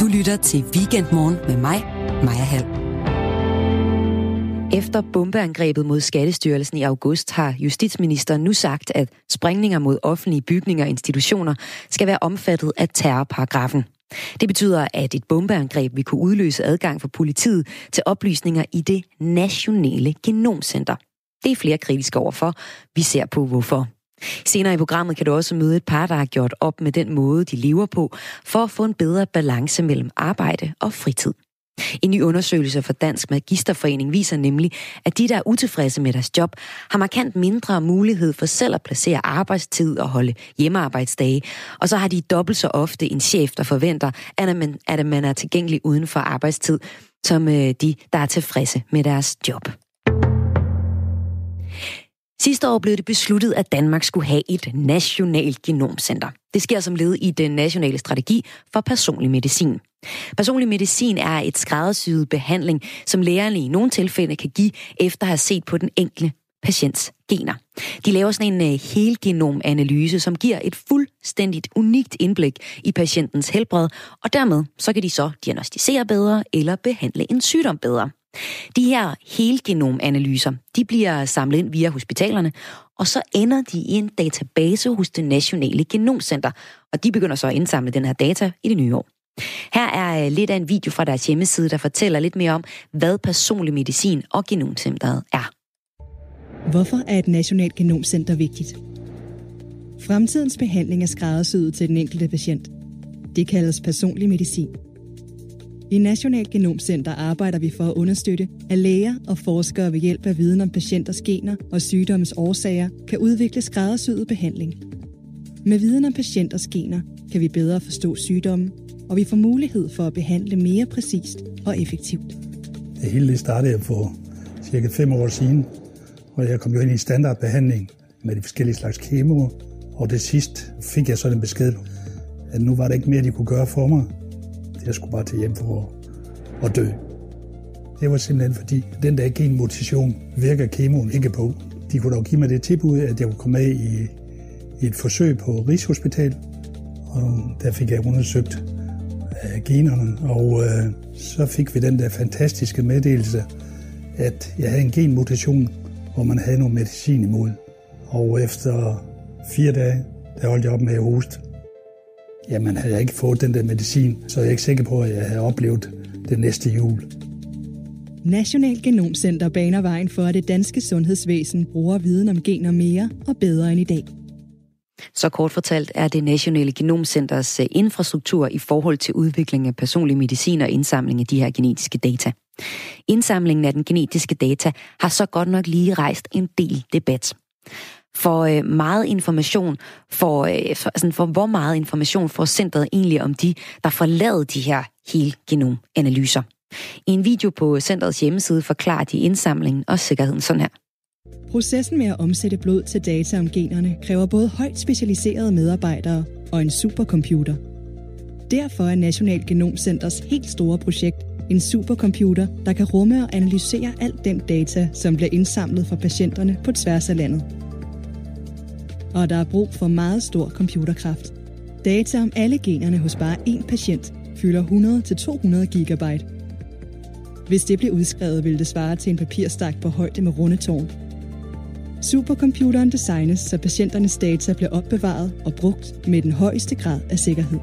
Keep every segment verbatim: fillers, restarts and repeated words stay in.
lytter til Weekendmorgen med mig, Maja Hall. Efter bombeangrebet mod Skattestyrelsen i august har justitsministeren nu sagt, at sprængninger mod offentlige bygninger og institutioner skal være omfattet af terrorparagrafen. Det betyder, at et bombeangreb vil kunne udløse adgang for politiet til oplysninger i det nationale genomcenter. Det er flere kritiske overfor. Vi ser på hvorfor. Senere i programmet kan du også møde et par, der har gjort op med den måde, de lever på, for at få en bedre balance mellem arbejde og fritid. En ny undersøgelse fra Dansk Magisterforening viser nemlig, at de, der er utilfredse med deres job, har markant mindre mulighed for selv at placere arbejdstid og holde hjemmearbejdsdage. Og så har de dobbelt så ofte en chef, der forventer, at man, at man er tilgængelig uden for arbejdstid, som de, der er tilfredse med deres job. Sidste år blev det besluttet, at Danmark skulle have et nationalt genomcenter. Det sker som led i den nationale strategi for personlig medicin. Personlig medicin er et skræddersyet behandling, som lægerne i nogle tilfælde kan give efter at have set på den enkelte patients gener. De laver sådan en helgenomanalyse, som giver et fuldstændigt unikt indblik i patientens helbred, og dermed så kan de så diagnostisere bedre eller behandle en sygdom bedre. De her helgenomanalyser, de bliver samlet ind via hospitalerne, og så ender de i en database hos det nationale genomcenter, og de begynder så at indsamle den her data i det nye år. Her er lidt af en video fra deres hjemmeside, der fortæller lidt mere om, hvad personlig medicin og genomcenteret er. Hvorfor er et nationalt genomcenter vigtigt? Fremtidens behandling er skræddersyet til den enkelte patient. Det kaldes personlig medicin. I Nationalt Genomcenter arbejder vi for at understøtte, at læger og forskere ved hjælp af viden om patienters gener og sygdommens årsager kan udvikle skræddersyet behandling. Med viden om patienters gener kan vi bedre forstå sygdommen, og vi får mulighed for at behandle mere præcist og effektivt. Det hele det startede for cirka fem år siden, og jeg kom jo ind i standardbehandling med de forskellige slags kemoer, og det sidst fik jeg så den besked, at nu var der ikke mere, de kunne gøre for mig. Jeg skulle bare til hjem for at dø. Det var simpelthen fordi, den der genmutation virker kemoen ikke på. De kunne dog give mig det tilbud, at jeg kunne komme med i, i et forsøg på Rigshospital, og der fik jeg undersøgt uh, generne, og uh, så fik vi den der fantastiske meddelelse, at jeg havde en genmutation, hvor man havde noget medicin imod. Og efter fire dage, der holdt jeg op med at hoste. Jamen, havde jeg ikke fået den der medicin, så er jeg ikke sikker på, at jeg havde oplevet det næste jul. Nationalt Genomcenter baner vejen for, at det danske sundhedsvæsen bruger viden om gener mere og bedre end i dag. Så kort fortalt er det Nationale Genomcenters infrastruktur i forhold til udvikling af personlig medicin og indsamling af de her genetiske data. Indsamlingen af den genetiske data har så godt nok lige rejst en del debat. For øh, meget information, for, øh, for, altså for hvor meget information får centret egentlig om de, der får lavet de her helgenomanalyser. I en video på centrets hjemmeside forklarer de indsamlingen og sikkerheden sådan her. Processen med at omsætte blod til data om generne kræver både højt specialiserede medarbejdere og en supercomputer. Derfor er Nationalt Genomcenters helt store projekt en supercomputer, der kan rumme og analysere alt den data, som bliver indsamlet fra patienterne på tværs af landet. Og der er brug for meget stor computerkraft. Data om alle generne hos bare én patient fylder hundrede til to hundrede gigabyte. Hvis det bliver udskrevet, vil det svare til en papirstak på højde med rundetårn. Supercomputeren designes, så patienternes data bliver opbevaret og brugt med den højeste grad af sikkerhed.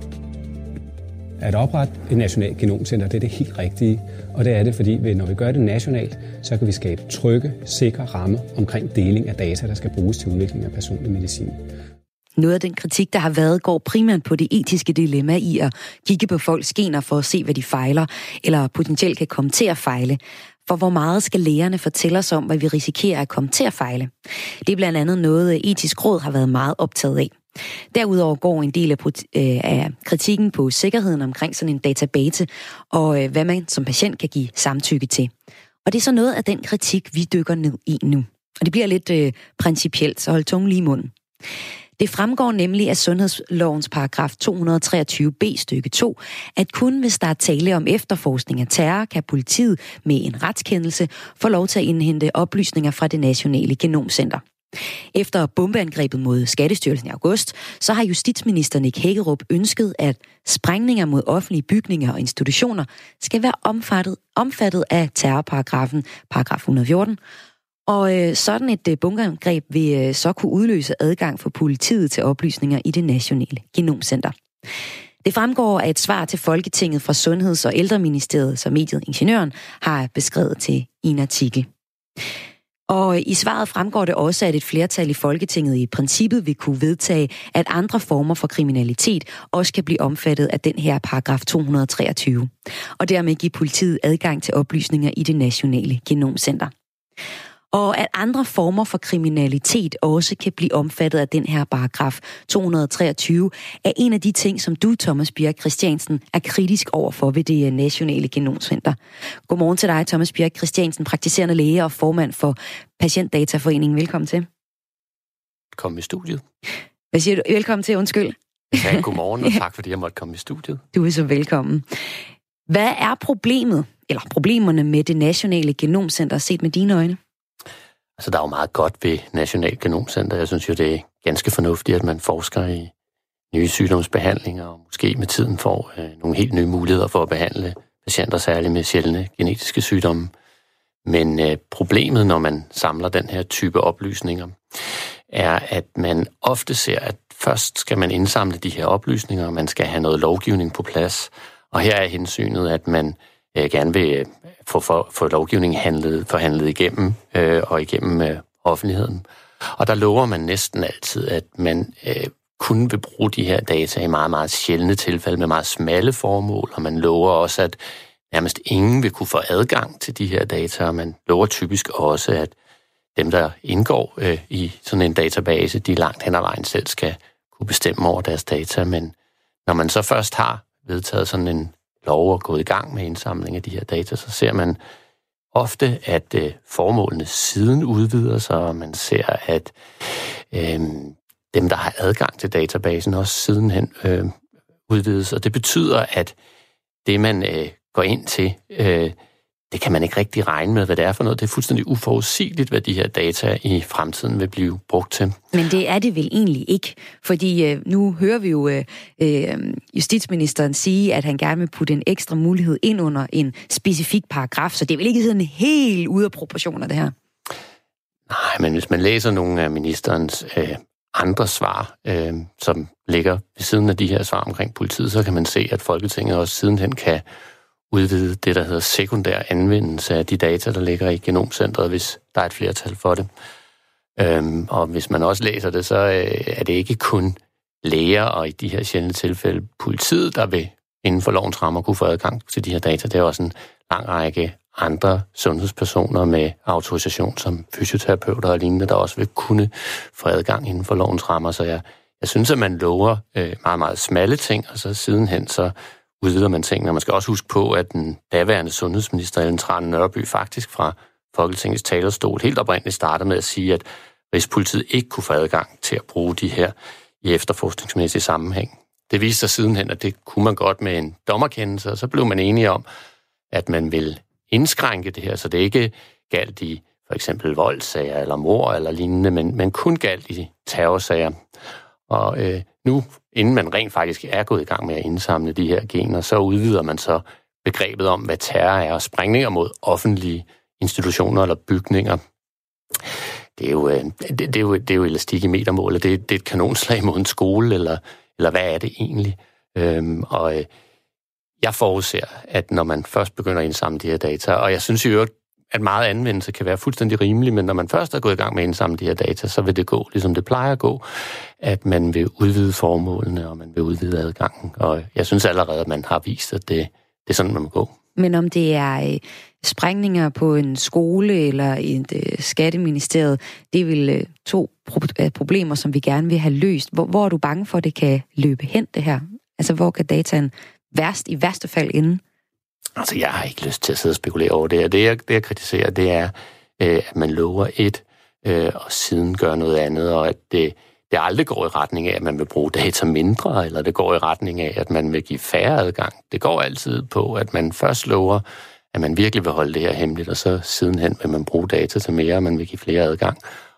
At oprette et nationalt genomcenter, det er det helt rigtige. Og det er det, fordi når vi gør det nationalt, så kan vi skabe trygge, sikre rammer omkring deling af data, der skal bruges til udvikling af personlig medicin. Noget af den kritik, der har været, går primært på det etiske dilemma i at kigge på folks gener for at se, hvad de fejler, eller potentielt kan komme til at fejle. For hvor meget skal lægerne fortælle os om, hvad vi risikerer at komme til at fejle? Det er blandt andet noget, Etisk Råd har været meget optaget af. Derudover går en del af, af kritikken på sikkerheden omkring sådan en database, og hvad man som patient kan give samtykke til. Og det er så noget af den kritik, vi dykker ned i nu. Og det bliver lidt øh, principielt, så hold tungen lige i munden. Det fremgår nemlig af sundhedslovens paragraf to hundrede treogtyve b stykke to, at kun hvis der er tale om efterforskning af terror, kan politiet med en retskendelse få lov til at indhente oplysninger fra det nationale genomcenter. Efter bombeangrebet mod Skattestyrelsen i august, så har justitsminister Nick Hækkerup ønsket, at sprængninger mod offentlige bygninger og institutioner skal være omfattet, omfattet af terrorparagrafen, paragraf et hundrede og fjorten. Og øh, sådan et øh, bombeangreb vil øh, så kunne udløse adgang for politiet til oplysninger i det nationale genomcenter. Det fremgår af et svar til Folketinget fra Sundheds- og Ældreministeriet, som mediet Ingeniøren har beskrevet til en artikel. Og i svaret fremgår det også, at et flertal i Folketinget i princippet vil kunne vedtage, at andre former for kriminalitet også kan blive omfattet af den her paragraf to hundrede og treogtyve, og dermed give politiet adgang til oplysninger i det nationale genomcenter. Og at andre former for kriminalitet også kan blive omfattet af den her paragraf to hundrede og treogtyve, er en af de ting, som du, Thomas Birk Christiansen, er kritisk overfor ved det nationale genomcenter. Godmorgen til dig, Thomas Birk Christiansen, praktiserende læge og formand for Patientdataforeningen. Velkommen til. Kom i studiet. Hvad siger du? Velkommen til, undskyld. Ja, godmorgen, og tak fordi jeg måtte komme i studiet. Du er så velkommen. Hvad er problemet, eller problemerne med det nationale genomcenter set med dine øjne? Altså, der er jo meget godt ved National Genomcenter. Jeg synes jo, det er ganske fornuftigt, at man forsker i nye sygdomsbehandlinger, og måske med tiden får øh, nogle helt nye muligheder for at behandle patienter, særligt med sjældne genetiske sygdomme. Men øh, problemet, når man samler den her type oplysninger, er, at man ofte ser, at først skal man indsamle de her oplysninger, og man skal have noget lovgivning på plads. Og her er hensynet, at man øh, gerne vil få, for, få lovgivningen handlet, forhandlet igennem øh, og igennem øh, offentligheden. Og der lover man næsten altid, at man øh, kun vil bruge de her data i meget, meget sjældne tilfælde med meget smalle formål, og man lover også, at nærmest ingen vil kunne få adgang til de her data, og man lover typisk også, at dem, der indgår øh, i sådan en database, de langt hen ad vejen selv skal kunne bestemme over deres data. Men når man så først har vedtaget sådan en lov og gået i gang med indsamling af de her data, så ser man ofte, at øh, formålene siden udvider sig, og man ser, at øh, dem, der har adgang til databasen, også sidenhen øh, udvides. Og det betyder, at det, man øh, går ind til, øh, det kan man ikke rigtig regne med, hvad det er for noget. Det er fuldstændig uforudsigeligt, hvad de her data i fremtiden vil blive brugt til. Men det er det vel egentlig ikke, fordi øh, nu hører vi jo øh, justitsministeren sige, at han gerne vil putte en ekstra mulighed ind under en specifik paragraf, så det er vel ikke sådan helt ude af proportioner, det her? Nej, men hvis man læser nogle af ministerens øh, andre svar, øh, som ligger ved siden af de her svar omkring politiet, så kan man se, at Folketinget også sidenhen kan udvide det, der hedder sekundær anvendelse af de data, der ligger i Genomcentret, hvis der er et flertal for det. Øhm, og hvis man også læser det, så øh, er det ikke kun læger og i de her sjældne tilfælde politiet, der vil inden for lovens rammer kunne få adgang til de her data. Det er også en lang række andre sundhedspersoner med autorisation som fysioterapeuter og lignende, der også vil kunne få adgang inden for lovens rammer. Så jeg, jeg synes, at man lover øh, meget, meget smalle ting, og så sidenhen så udvider man tingene. Man skal også huske på, at den daværende sundhedsminister Ellen Trane Nørby faktisk fra Folketingets talerstol helt oprindeligt startede med at sige, at Rigspolitiet ikke kunne få adgang til at bruge de her i efterforskningsmæssig sammenhæng. Det viste sig sidenhen, at det kunne man godt med en dommerkendelse, og så blev man enige om, at man vil indskrænke det her, så det ikke galt i for eksempel voldssager eller mord eller lignende, men, men kun galt i terrorsager. Og øh, nu, inden man rent faktisk er gået i gang med at indsamle de her gener, så udvider man så begrebet om, hvad terror er, og sprængninger mod offentlige institutioner eller bygninger. Det er jo, øh, det, det er jo, det er jo elastik i metermål, og det, det er et kanonslag mod en skole, eller, eller hvad er det egentlig? Øhm, og øh, jeg forudser, at når man først begynder at indsamle de her data, og jeg synes jo, at meget anvendelse kan være fuldstændig rimelig, men når man først er gået i gang med at indsamle de her data, så vil det gå, ligesom det plejer at gå, at man vil udvide formålene, og man vil udvide adgangen. Og jeg synes allerede, at man har vist, at det, det er sådan, man må gå. Men om det er øh, sprængninger på en skole eller i et øh, skatteministeriet, det er vel øh, to pro- øh, problemer, som vi gerne vil have løst. Hvor, hvor er du bange for, at det kan løbe hen, det her? Altså, hvor kan dataen værst, i værste fald ende? Altså, jeg har ikke lyst til at sidde og spekulere over det her. Det, jeg, det, jeg kritiserer, det er, øh, at man lover et, øh, og siden gør noget andet, og at det, det aldrig går i retning af, at man vil bruge data mindre, eller det går i retning af, at man vil give færre adgang. Det går altid på, at man først lover, at man virkelig vil holde det her hemmeligt, og så sidenhen vil man bruge data til mere, og man vil give flere adgang.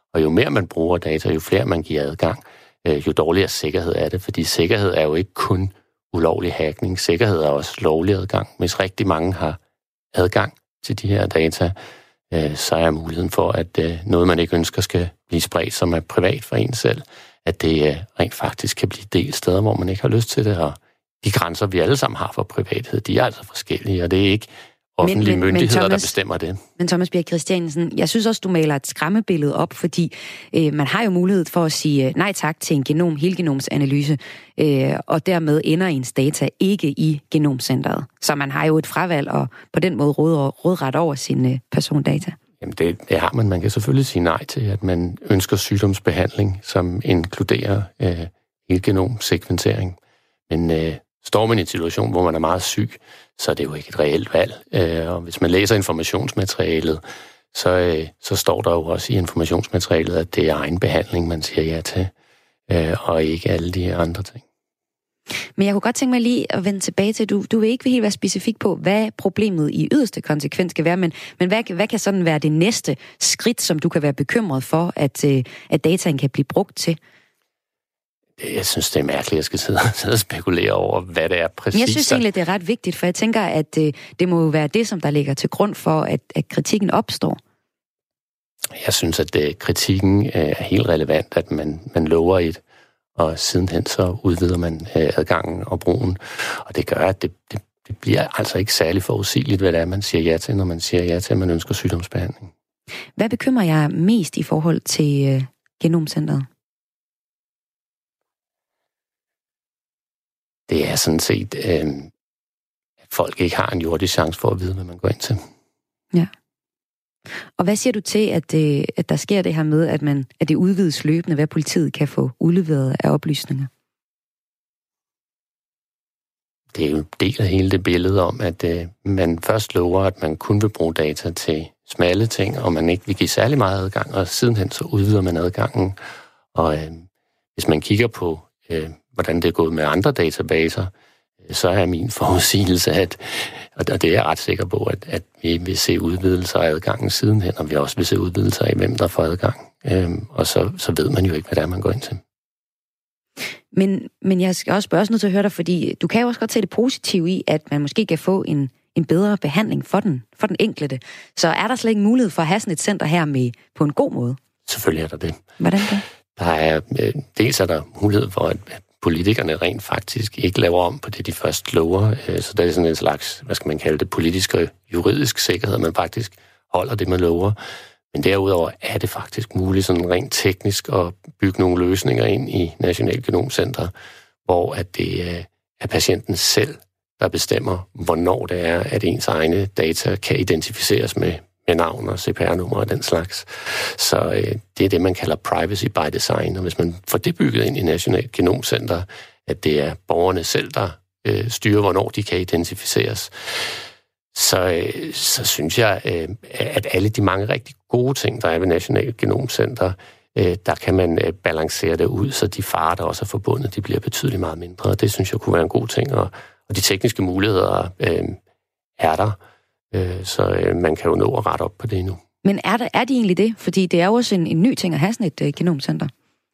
Og jo mere man bruger data, jo flere man giver adgang, jo dårligere sikkerhed er det, fordi sikkerhed er jo ikke kun ulovlig hackning. Sikkerhed er også lovlig adgang. Hvis rigtig mange har adgang til de her data, så er muligheden for, at noget, man ikke ønsker, skal blive spredt, som er privat for en selv, at det rent faktisk kan blive delt steder, hvor man ikke har lyst til det. Og de grænser, vi alle sammen har for privathed, de er altså forskellige, og det er ikke offentlige men, men, myndigheder, men Thomas, der bestemmer det. Men Thomas Bjerg Christiansen, jeg synes også, du maler et skræmmebillede op, fordi øh, man har jo mulighed for at sige nej tak til en genom, helgenomsanalyse, øh, og dermed ender ens data ikke i genomcentret. Så man har jo et fravalg, og på den måde rådret over sine øh, persondata. Jamen det, det har man. Man kan selvfølgelig sige nej til, at man ønsker sygdomsbehandling, som inkluderer øh, helgenomsekventering. Men øh, står man i en situation, hvor man er meget syg, så er det jo ikke et reelt valg. Øh, og hvis man læser informationsmaterialet, så, øh, så står der jo også i informationsmaterialet, at det er egen behandling, man siger ja til, øh, og ikke alle de her andre ting. Men jeg kunne godt tænke mig lige at vende tilbage til, du, du vil ikke helt være specifik på, hvad problemet i yderste konsekvens skal være, men, men hvad, hvad kan sådan være det næste skridt, som du kan være bekymret for, at, øh, at dataen kan blive brugt til? Jeg synes, det er mærkeligt, at jeg skal sidde, sidde og spekulere over, hvad det er præcis. Jeg synes egentlig, det er ret vigtigt, for jeg tænker, at øh, det må jo være det, som der ligger til grund for, at, at kritikken opstår. Jeg synes, at det, kritikken er helt relevant, at man, man lover et, og sidenhen så udvider man øh, adgangen og brugen. Og det gør, at det, det, det bliver altså ikke særlig forudsigeligt, hvad det er, man siger ja til, når man siger ja til, at man ønsker sygdomsbehandling. Hvad bekymrer jeg mest i forhold til øh, genomcentret? Det er sådan set, øh, at folk ikke har en jordisk chance for at vide, hvad man går ind til. Ja. Og hvad siger du til, at, øh, at der sker det her med, at, man, at det udvides løbende, hvad politiet kan få udleveret af oplysninger? Det er jo en del af hele det billede om, at øh, man først lover, at man kun vil bruge data til smalle ting, og man ikke vil give særlig meget adgang, og sidenhen så udvider man adgangen. Og øh, hvis man kigger på øh, hvordan det er gået med andre databaser, så er min forudsigelse, at, og det er jeg ret sikker på, at, at vi vil se udvidelser af adgangen sidenhen, og vi også vil se udvidelser af, hvem der får adgang. Øhm, og så, så ved man jo ikke, hvad det er, man går ind til. Men, men jeg skal også spørge nødt til at høre dig, fordi du kan jo også godt se det positive i, at man måske kan få en, en bedre behandling for den, for den enkelte. Så er der slet ikke mulighed for at have sådan et center her med på en god måde? Selvfølgelig er der det. Hvordan det? Der er, øh, dels er der mulighed for, at politikerne rent faktisk ikke laver om på det, de først lover. Så det er sådan en slags, hvad skal man kalde det, politisk og juridisk sikkerhed, at man faktisk holder det, man lover. Men derudover er det faktisk muligt sådan rent teknisk at bygge nogle løsninger ind i National Genomcenter, hvor at det er patienten selv, der bestemmer, hvornår det er, at ens egne data kan identificeres med, med navn og C P R-nummer og den slags. Så øh, det er det, man kalder privacy by design. Og hvis man får det bygget ind i National Genomcenter, at det er borgerne selv, der øh, styrer, hvornår de kan identificeres, så, øh, så synes jeg, øh, at alle de mange rigtig gode ting, der er ved National Genomcenter, øh, der kan man øh, balancere det ud, så de farer, der også er forbundet, de bliver betydeligt meget mindre. Og det synes jeg kunne være en god ting. Og, og de tekniske muligheder øh, er der. Så øh, man kan jo nå at rette op på det nu. Men er, der, er de egentlig det? Fordi det er jo også en, en ny ting at have sådan et øh, genomcenter.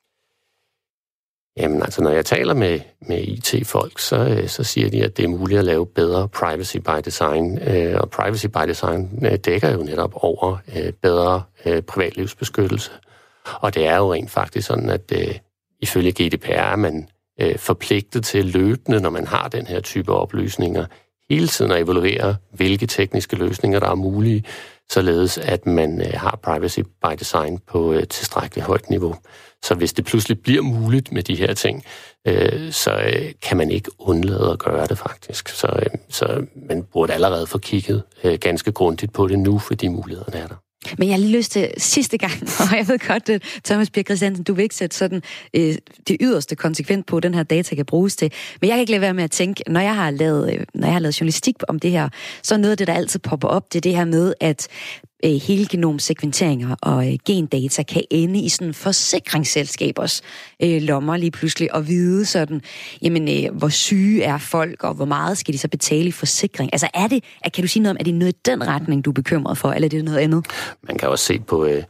Jamen altså, når jeg taler med, med I T-folk, så, øh, så siger de, at det er muligt at lave bedre privacy by design. Øh, og privacy by design øh, dækker jo netop over øh, bedre øh, privatlivsbeskyttelse. Og det er jo rent faktisk sådan, at øh, ifølge G D P R er man øh, forpligtet til løbende, når man har den her type oplysninger, hele tiden at evaluere, hvilke tekniske løsninger, der er mulige, således at man øh, har privacy by design på et tilstrækkeligt højt niveau. Så hvis det pludselig bliver muligt med de her ting, øh, så øh, kan man ikke undlade at gøre det faktisk. Så, øh, så man burde allerede få kigget øh, ganske grundigt på det nu, fordi mulighederne er der. Men jeg har lige lyst til sidste gang, og jeg ved godt, at Thomas Bjerg Christiansen, du vil ikke sætte sådan øh, det yderste konsekvent på, den her data kan bruges til. Men jeg kan ikke lade være med at tænke, når jeg har lavet, øh, når jeg har lavet journalistik om det her, så er noget af det, der altid popper op, det er det her med, at øh, helgenomsekventeringer og øh, gendata kan ende i sådan forsikringsselskabers øh, lommer lige pludselig, og vide sådan, jamen, øh, hvor syge er folk, og hvor meget skal de så betale i forsikring? Altså er det, kan du sige noget om, er det noget i den retning, du er bekymret for, eller er det noget andet? Man kan også se på øh,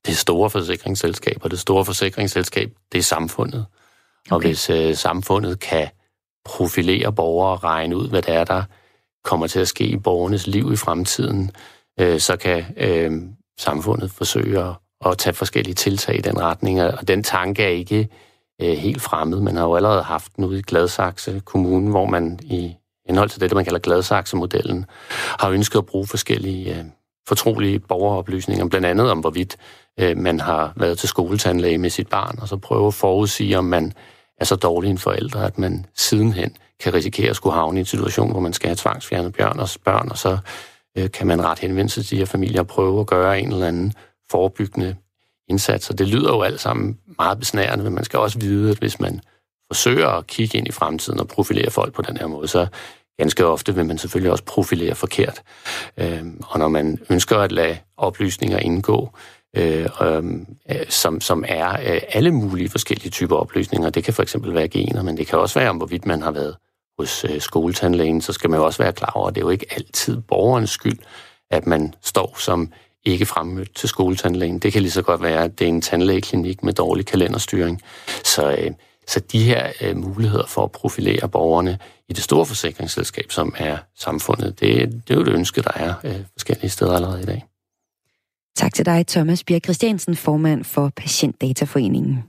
det store forsikringsselskab, og det store forsikringsselskab, det er samfundet. Okay. Og hvis øh, samfundet kan profilere borgere og regne ud, hvad det er, der kommer til at ske i borgernes liv i fremtiden, øh, så kan øh, samfundet forsøge at, at tage forskellige tiltag i den retning. Og den tanke er ikke øh, helt fremmed. Man har jo allerede haft den ude i Gladsaxe Kommune, hvor man i henhold til det, man kalder Gladsaxe-modellen, har ønsket at bruge forskellige øh, fortrolige borgeroplysninger, blandt andet om, hvorvidt øh, man har været til skoletandlæge med sit barn, og så prøve at forudsige, om man er så dårlig en forælder, at man sidenhen kan risikere at skulle havne i en situation, hvor man skal have tvangsfjernet børn og børn, og så øh, kan man ret henvende sig til de her familier og prøve at gøre en eller anden forebyggende indsats. Og det lyder jo alt sammen meget besnærende, men man skal også vide, at hvis man forsøger at kigge ind i fremtiden og profilere folk på den her måde, så ganske ofte vil man selvfølgelig også profilere forkert. Øh, og når man ønsker at lade oplysninger indgå, øh, øh, som, som er øh, alle mulige forskellige typer oplysninger, det kan for eksempel være gener, men det kan også være om, hvorvidt man har været hos øh, skoletandlægen, så skal man jo også være klar over, at det er jo ikke altid borgerens skyld, at man står som ikke fremmødt til skoletandlægen. Det kan lige så godt være, at det er en tandlægeklinik med dårlig kalenderstyring. Så, øh, så de her øh, muligheder for at profilere borgerne i det store forsikringsselskab, som er samfundet, det, det er jo det ønske, der er øh, forskellige steder allerede i dag. Tak til dig, Thomas Birk Christiansen, formand for Patientdataforeningen.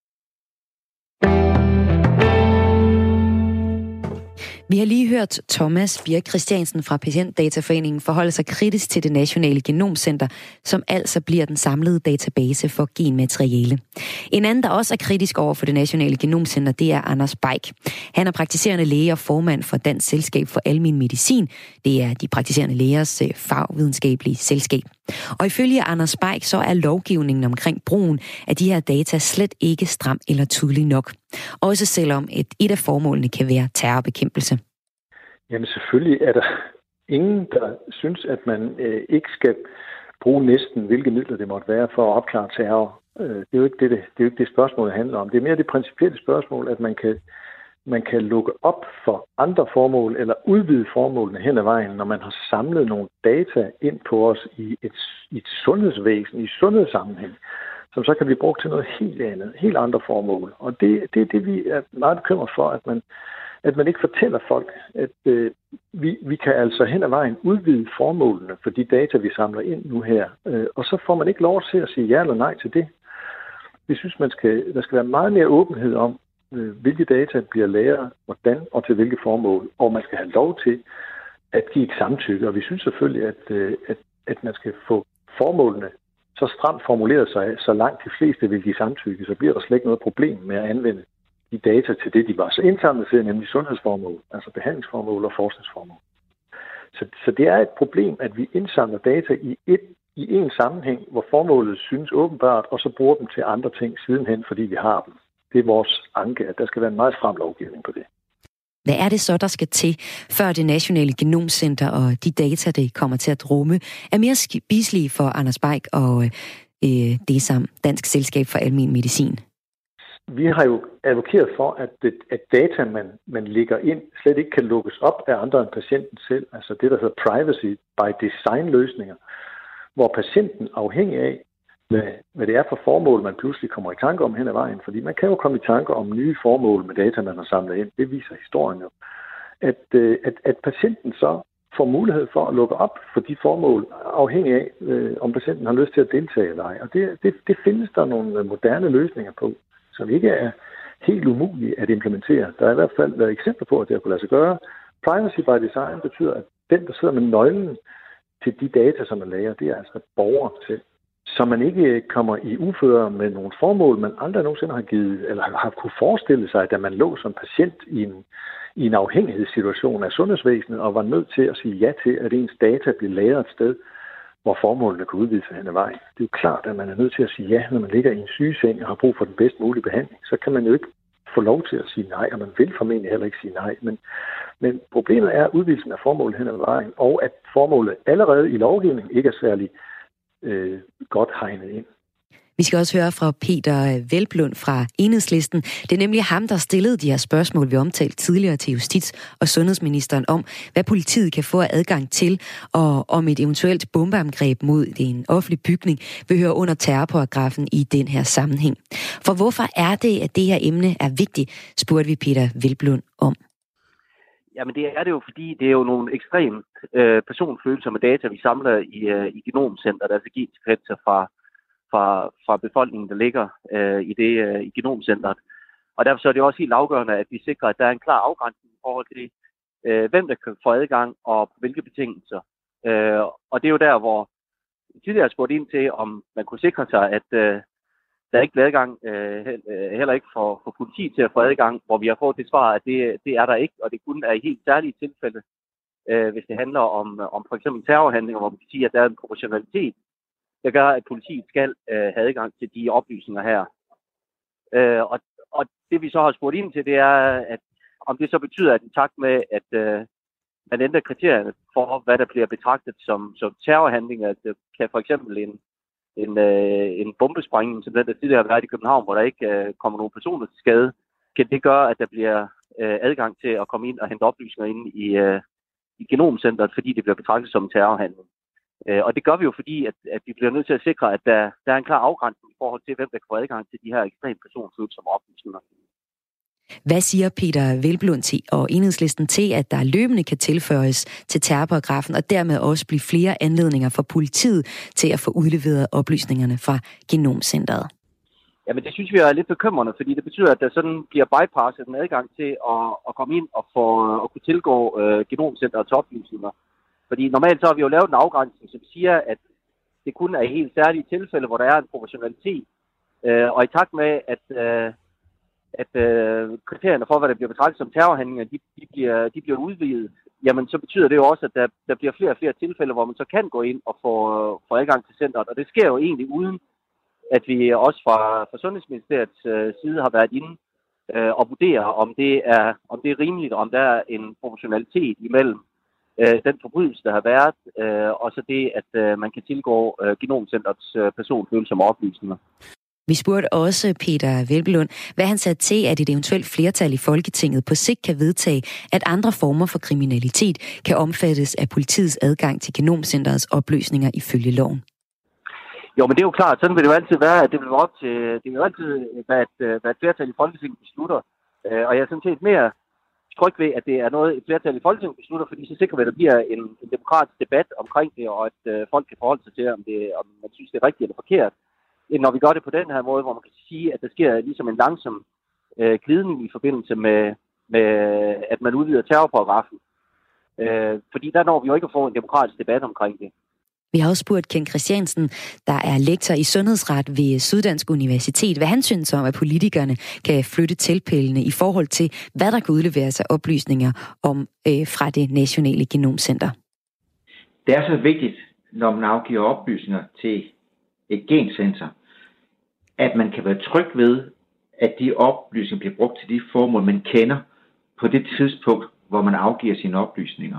Vi har lige hørt Thomas Birk Christiansen fra Patientdataforeningen forholde sig kritisk til det nationale genomcenter, som altså bliver den samlede database for genmateriale. En anden, der også er kritisk over for det nationale genomcenter, det er Anders Beik. Han er praktiserende læge og formand for Dansk Selskab for Almen Medicin. Det er de praktiserende lægers fagvidenskabelige selskab. Og ifølge Anders Beik, så er lovgivningen omkring brugen af de her data slet ikke stram eller tydelig nok. Også selvom et, et af formålene kan være terrorbekæmpelse. Jamen selvfølgelig er der ingen, der synes, at man øh, ikke skal bruge næsten hvilke midler det måtte være for at opklare terror. Øh, det er jo ikke det, det, det, er jo ikke det spørgsmål, det handler om. Det er mere det principielle spørgsmål, at man kan, man kan lukke op for andre formål eller udvide formålene hen ad vejen, når man har samlet nogle data ind på os i et, i et sundhedsvæsen, i sundhedssammenhæng, som så kan blive brugt til noget helt andet, helt andre formål. Og det, det er det, vi er meget bekymret for, at man, at man ikke fortæller folk, at øh, vi, vi kan altså hen ad vejen udvide formålene for de data, vi samler ind nu her. Øh, og så får man ikke lov til at sige ja eller nej til det. Vi synes, man skal, der skal være meget mere åbenhed om, øh, hvilke data bliver lagret, hvordan og til hvilke formål. Og man skal have lov til at give et samtykke. Og vi synes selvfølgelig, at, øh, at, at man skal få formålene så stramt formuleret sig, så langt de fleste vil give samtykke, så bliver der slet ikke noget problem med at anvende de data til det, de var så indsamlet til, nemlig sundhedsformål, altså behandlingsformål og forskningsformål. Så, så det er et problem, at vi indsamler data i, et, i en sammenhæng, hvor formålet synes åbenbart, og så bruger dem til andre ting sidenhen, fordi vi har dem. Det er vores anke, at der skal være en meget stram lovgivning på det. Hvad er det så, der skal til, før det nationale genomcenter og de data, det kommer til at rumme, er mere spiselige for Anders Beik og øh, D S A M, Dansk Selskab for Almen Medicin? Vi har jo advokeret for, at, det, at data, man, man lægger ind, slet ikke kan lukkes op af andre end patienten selv. Altså det, der hedder privacy by design løsninger, hvor patienten afhængig af, hvad, hvad det er for formål, man pludselig kommer i tanke om hen ad vejen. Fordi man kan jo komme i tanke om nye formål med data, man har samlet ind. Det viser historien jo. At, at, at patienten så får mulighed for at lukke op for de formål, afhængig af, øh, om patienten har lyst til at deltage eller ej. Og det, det, det findes der nogle moderne løsninger på, som ikke er helt umulige at implementere. Der er i hvert fald været eksempler på, at det har kunne lade sig gøre. Privacy by design betyder, at den, der sidder med nøglen til de data, som man lager, det er altså borger selv. Så man ikke kommer i uføre med nogle formål, man aldrig nogensinde har givet, eller har kunne forestille sig, da man lå som patient i en, i en afhængighedssituation af sundhedsvæsenet, og var nødt til at sige ja til, at ens data bliver lagret et sted, hvor formålene kan udvide sig hen ad vejen. Det er jo klart, at man er nødt til at sige ja, når man ligger i en sygeseng og har brug for den bedst mulige behandling. Så kan man jo ikke få lov til at sige nej, og man vil formentlig heller ikke sige nej. Men, men problemet er udvidelsen af formålet hen ad vejen, og at formålet allerede i lovgivningen ikke er særlig øh, godt hegnet ind. Vi skal også høre fra Peter Hvelplund fra Enhedslisten. Det er nemlig ham, der stillede de her spørgsmål, vi omtalte tidligere til Justits- og Sundhedsministeren om, hvad politiet kan få adgang til, og om et eventuelt bombeangreb mod en offentlig bygning vil høre under terrorparagrafen i den her sammenhæng. For hvorfor er det, at det her emne er vigtigt, spurgte vi Peter Hvelplund om. Jamen det er det jo, fordi det er jo nogle ekstremt øh, personfølsomme data, vi samler i, øh, i Genomcentret, altså gensekvenser fra, fra, fra befolkningen, der ligger øh, i det øh, i Genomcentret. Og derfor så er det også helt afgørende, at vi sikrer, at der er en klar afgrænsning i forhold til, øh, hvem der kan få adgang og på hvilke betingelser. Øh, og det er jo der, hvor tidligere spurgt ind til, om man kunne sikre sig, at øh, der ikke bliver adgang, øh, heller ikke for, for politiet til at få adgang, hvor vi har fået det svar, at det, det er der ikke, og det kun er i helt særlige tilfælde, øh, hvis det handler om, om for eksempel terrorhandlinger, hvor man kan sige, at der er en proportionalitet, der gør, at politiet skal øh, have adgang til de oplysninger her. Øh, og, og det vi så har spurgt ind til, det er, at om det så betyder, at i takt med, at øh, man ændrer kriterierne for, hvad der bliver betragtet som, som terrorhandlinger, at det kan for eksempel en En, øh, en bombesprængning, som den der tidligere har været i København, hvor der ikke øh, kommer nogen personer til skade, kan det gøre, at der bliver øh, adgang til at komme ind og hente oplysninger ind i, øh, i Genomcentret, fordi det bliver betragtet som en terrorhandling. Øh, og det gør vi jo, fordi at, at vi bliver nødt til at sikre, at der, der er en klar afgrænsning i forhold til, hvem der kan få adgang til de her ekstremt personfølsomme oplysninger. Hvad siger Peter Hvelplund til og Enhedslisten til, at der løbende kan tilføjes til terrorparagrafen, og dermed også blive flere anledninger for politiet til at få udleveret oplysningerne fra Genomcentret? Jamen det synes vi er lidt bekymrende, fordi det betyder, at der sådan bliver bypasset en adgang til at, at komme ind og få at kunne tilgå øh, Genomcentrets oplysninger. Fordi normalt så har vi jo lavet en afgrænsning, som siger, at det kun er i helt særlige tilfælde, hvor der er en proportionalitet. Øh, og i takt med, at øh, at øh, kriterierne for, hvad der bliver betragtet som terrorhandlinger, de, de, bliver, de bliver udvidet, jamen så betyder det jo også, at der, der bliver flere og flere tilfælde, hvor man så kan gå ind og få, få adgang til centret. Og det sker jo egentlig uden, at vi også fra, fra Sundhedsministeriets øh, side har været inde øh, og vurdere, om det, er, om det er rimeligt, om der er en proportionalitet imellem øh, den forbrydelse, der har været, øh, og så det, at øh, man kan tilgå øh, Genomcentrets øh, personfølsomme oplysninger. Vi spurgte også Peter Hvelplund, hvad han sagde til, at et eventuelt flertal i Folketinget på sigt kan vedtage, at andre former for kriminalitet kan omfattes af politiets adgang til Genomcentrets oplysninger ifølge loven. Jo, men det er jo klart, sådan vil det jo altid være, at det vil være op til, det vil jo altid være et, være et flertal i Folketinget beslutter. Og jeg er sådan set mere tryg ved, at det er noget, et flertal i Folketinget beslutter, fordi så sikrer vi, at der bliver en, en demokratisk debat omkring det, og at uh, folk kan forholde sig til, om, det, om man synes, det er rigtigt eller forkert. Når vi gør det på den her måde, hvor man kan sige, at der sker ligesom en langsom øh, glidning i forbindelse med, med, at man udvider terrorparagrafen. Øh, fordi der når vi jo ikke at få en demokratisk debat omkring det. Vi har også spurgt Ken Christiansen, der er lektor i sundhedsret ved Syddansk Universitet, hvad han synes om, at politikerne kan flytte tilpælene i forhold til, hvad der kan udleveres af oplysninger om øh, fra det nationale genomcenter. Det er så vigtigt, når man afgiver oplysninger til et gencenter, at man kan være tryg ved, at de oplysninger bliver brugt til de formål, man kender på det tidspunkt, hvor man afgiver sine oplysninger.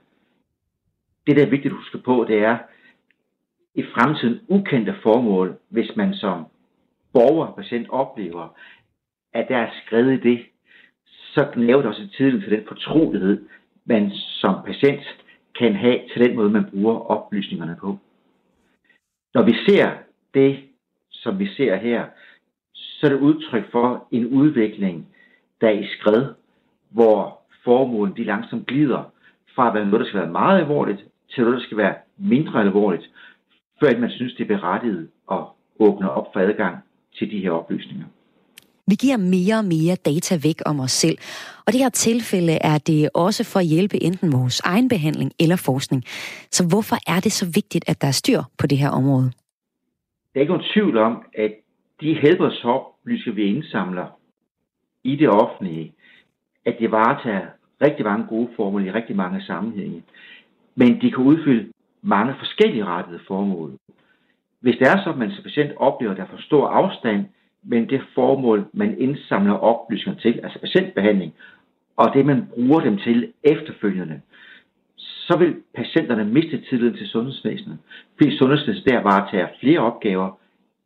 Det, der er vigtigt at huske på, det er i fremtiden ukendte formål, hvis man som borger og patient oplever, at der er skrevet i det, så laver det også tiden til den fortrolighed, man som patient kan have til den måde, man bruger oplysningerne på. Når vi ser det, som vi ser her, så er det udtryk for en udvikling, der er i skred, hvor formålen de langsomt glider fra at være noget, der skal være meget alvorligt, til noget, der skal være mindre alvorligt, før man synes, det er berettiget at åbne op for adgang til de her oplysninger. Vi giver mere og mere data væk om os selv, og det her tilfælde er det også for at hjælpe enten vores egen behandling eller forskning. Så hvorfor er det så vigtigt, at der er styr på det her område? Der er ikke nogen tvivl om, at de helbredsoplysninger, vi indsamler i det offentlige, at det varetager rigtig mange gode formål i rigtig mange sammenhænge. Men de kan udfylde mange forskellige rettede formål. Hvis det er så, at man som patient oplever, at der er for stor afstand mellem det formål, man indsamler oplysninger til, altså patientbehandling, og det, man bruger dem til efterfølgende, så vil patienterne miste tilliden til sundhedsvæsenet. Fordi sundhedsvæsenet der varetager flere opgaver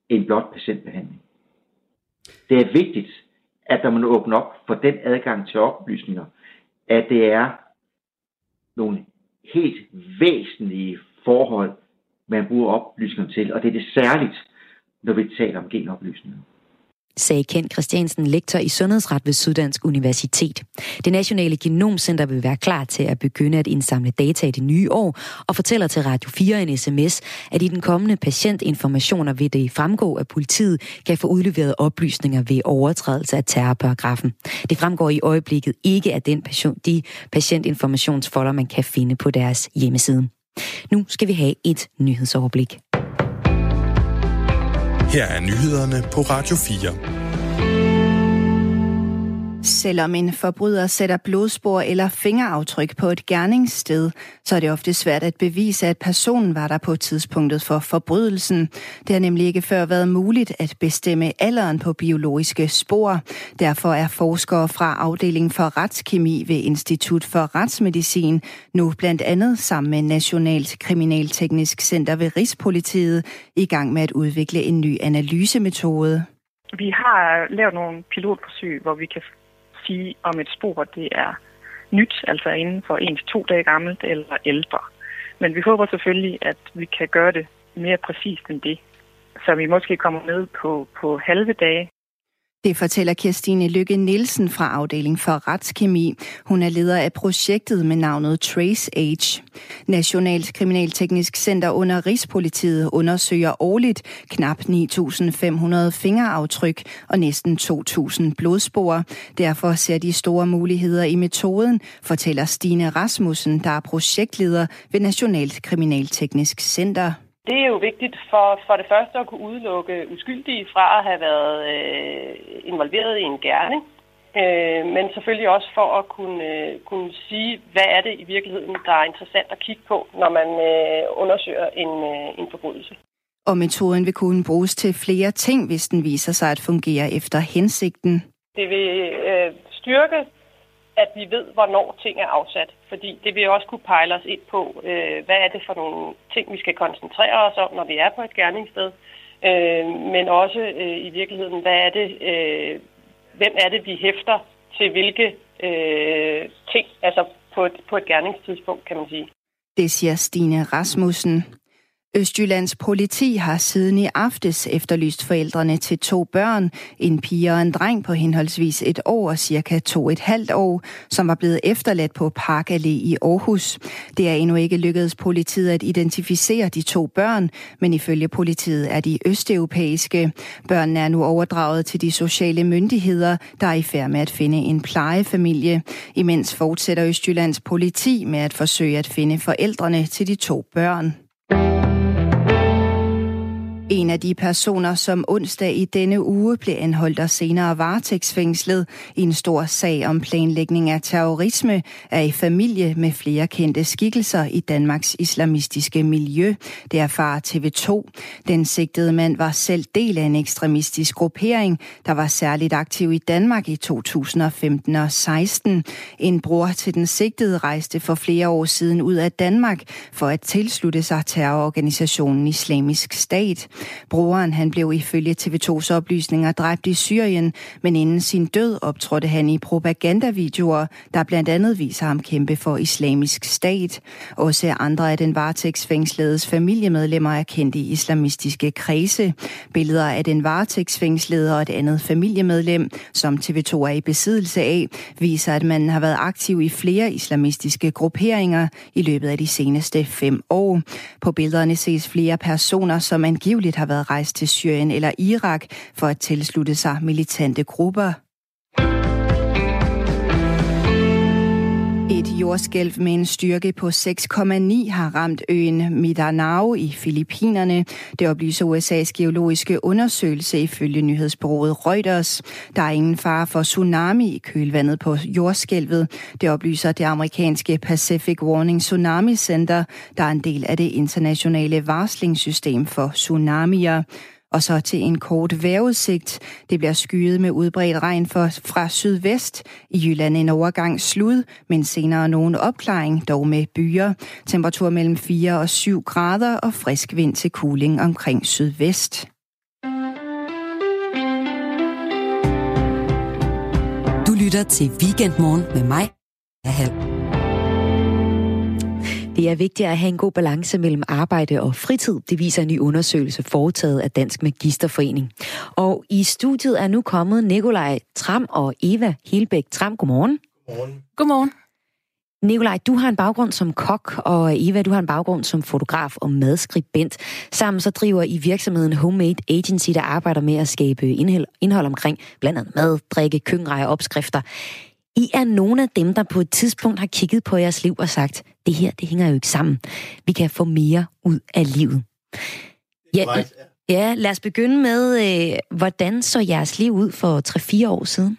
end blot patientbehandling. Det er vigtigt, at når man åbner op for den adgang til oplysninger, at det er nogle helt væsentlige forhold, man bruger oplysninger til, og det er det særligt, når vi taler om genoplysninger. Sagde Kent Christiansen, lektor i sundhedsret ved Syddansk Universitet. Det nationale genomcenter vil være klar til at begynde at indsamle data i det nye år, og fortæller til Radio fire en sms, at i den kommende patientinformationer vil det fremgå, at politiet kan få udleveret oplysninger ved overtrædelse af terrorparagrafen. Det fremgår i øjeblikket ikke af den patient, de patientinformationsfolder, man kan finde på deres hjemmeside. Nu skal vi have et nyhedsoverblik. Her er nyhederne på Radio fire. Selvom en forbryder sætter blodspor eller fingeraftryk på et gerningssted, så er det ofte svært at bevise, at personen var der på tidspunktet for forbrydelsen. Det har nemlig ikke før været muligt at bestemme alderen på biologiske spor. Derfor er forskere fra afdelingen for retskemi ved Institut for Retsmedicin nu blandt andet sammen med Nationalt Kriminalteknisk Center ved Rigspolitiet i gang med at udvikle en ny analysemetode. Vi har lavet nogle pilotforsøg, hvor vi kan sige, om et spor det er nyt, altså inden for en til to dage gammelt eller ældre. Men vi håber selvfølgelig, at vi kan gøre det mere præcist end det, så vi måske kommer ned på, på halve dage. Det fortæller Kirstine Lykke Nielsen fra afdeling for retskemi. Hun er leder af projektet med navnet Trace Age. Nationalt Kriminalteknisk Center under Rigspolitiet undersøger årligt knap ni tusind fem hundrede fingeraftryk og næsten to tusind blodspor. Derfor ser de store muligheder i metoden, fortæller Stine Rasmussen, der er projektleder ved Nationalt Kriminalteknisk Center. Det er jo vigtigt for, for det første at kunne udelukke uskyldige fra at have været øh, involveret i en gerning, øh, men selvfølgelig også for at kunne, øh, kunne sige, hvad er det i virkeligheden, der er interessant at kigge på, når man øh, undersøger en, øh, en forbrydelse. Og metoden vil kunne bruges til flere ting, hvis den viser sig at fungere efter hensigten. Det vil øh, styrke, at vi ved, hvornår ting er afsat. Fordi det vil også kunne pejle os ind på, øh, hvad er det for nogle ting, vi skal koncentrere os om, når vi er på et gerningssted. Øh, men også øh, i virkeligheden, hvad er det, øh, hvem er det, vi hæfter til hvilke øh, ting, altså på et, på et gerningstidspunkt, kan man sige. Det siger Stine Rasmussen. Østjyllands politi har siden i aftes efterlyst forældrene til to børn, en pige og en dreng på henholdsvis et år og cirka to et halvt år, som var blevet efterladt på Park Allé i Aarhus. Det er endnu ikke lykkedes politiet at identificere de to børn, men ifølge politiet er de østeuropæiske. Børnene er nu overdraget til de sociale myndigheder, der er i færd med at finde en plejefamilie. Imens fortsætter Østjyllands politi med at forsøge at finde forældrene til de to børn. En af de personer, som onsdag i denne uge blev anholdt og senere varetægtsfængslet i en stor sag om planlægning af terrorisme, er i familie med flere kendte skikkelser i Danmarks islamistiske miljø. Det erfarer T V to. Den sigtede mand var selv del af en ekstremistisk gruppering, der var særligt aktiv i Danmark i to tusind og femten og seksten. En bror til den sigtede rejste for flere år siden ud af Danmark for at tilslutte sig terrororganisationen Islamisk Stat. Broren han blev ifølge T V tos oplysninger dræbt i Syrien, men inden sin død optrådte han i propagandavideoer, der blandt andet viser ham kæmpe for Islamisk Stat. Også andre af den varetægtsfængsledes familiemedlemmer er kendt i islamistiske kredse. Billeder af den varetægtsfængslede og et andet familiemedlem, som T V to er i besiddelse af, viser, at man har været aktiv i flere islamistiske grupperinger i løbet af de seneste fem år. På billederne ses flere personer, som angiveligt har været rejst til Syrien eller Irak for at tilslutte sig militante grupper. Et jordskælv med en styrke på seks komma ni har ramt øen Mindanao i Filippinerne. Det oplyser U S A's geologiske undersøgelse ifølge nyhedsbureauet Reuters. Der er ingen fare for tsunami i kølvandet på jordskælvet. Det oplyser det amerikanske Pacific Warning Tsunami Center, der er en del af det internationale varslingssystem for tsunamier. Og så til en kort vejrudsigt. Det bliver skyet med udbredt regn for, fra sydvest. I Jylland en overgang slud, men senere nogen opklaring, dog med byer. Temperatur mellem fire og syv grader og frisk vind til kuling omkring sydvest. lytter til Weekendmorgen med mig, Hal. Det er vigtigt at have en god balance mellem arbejde og fritid. Det viser en ny undersøgelse foretaget af Dansk Magisterforening. Og i studiet er nu kommet Nikolaj Tram og Eva Helbæk Tram. Godmorgen. Godmorgen. Godmorgen. Nikolaj, du har en baggrund som kok, og Eva, du har en baggrund som fotograf og madskribent. Sammen så driver I virksomheden Homemade Agency, der arbejder med at skabe indhold, indhold omkring blandt andet mad, drikke, køkkenrejer og opskrifter. I er nogle af dem, der på et tidspunkt har kigget på jeres liv og sagt, det her, det hænger jo ikke sammen. Vi kan få mere ud af livet. Ja, ja lad os begynde med, øh, hvordan så jeres liv ud for tre fire år siden?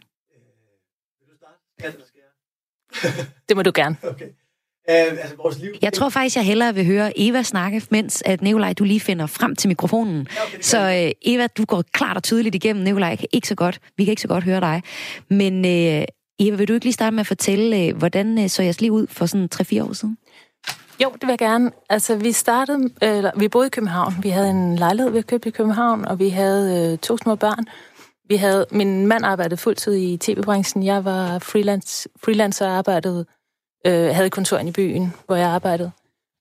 Det må du gerne. Okay. Uh, altså, vores liv... Jeg tror faktisk, jeg hellere vil høre Eva snakke, mens at Nikolaj, du lige finder frem til mikrofonen. Ja, okay, så uh, Eva, du går klart og tydeligt igennem. Nikolaj, kan ikke så godt. Vi kan ikke så godt høre dig. Men uh, Eva, vil du ikke lige starte med at fortælle, uh, hvordan uh, så jeres liv ud for sådan tre fire år siden? Jo, det vil jeg gerne. Altså, vi startede... Eller, vi boede i København. Vi havde en lejlighed, vi havde købt i København, og vi havde uh, to små børn. Vi havde, min mand arbejdede fuldtid i tv-branchen. Jeg var freelance, freelancer og arbejdede, øh, havde kontor i byen, hvor jeg arbejdede.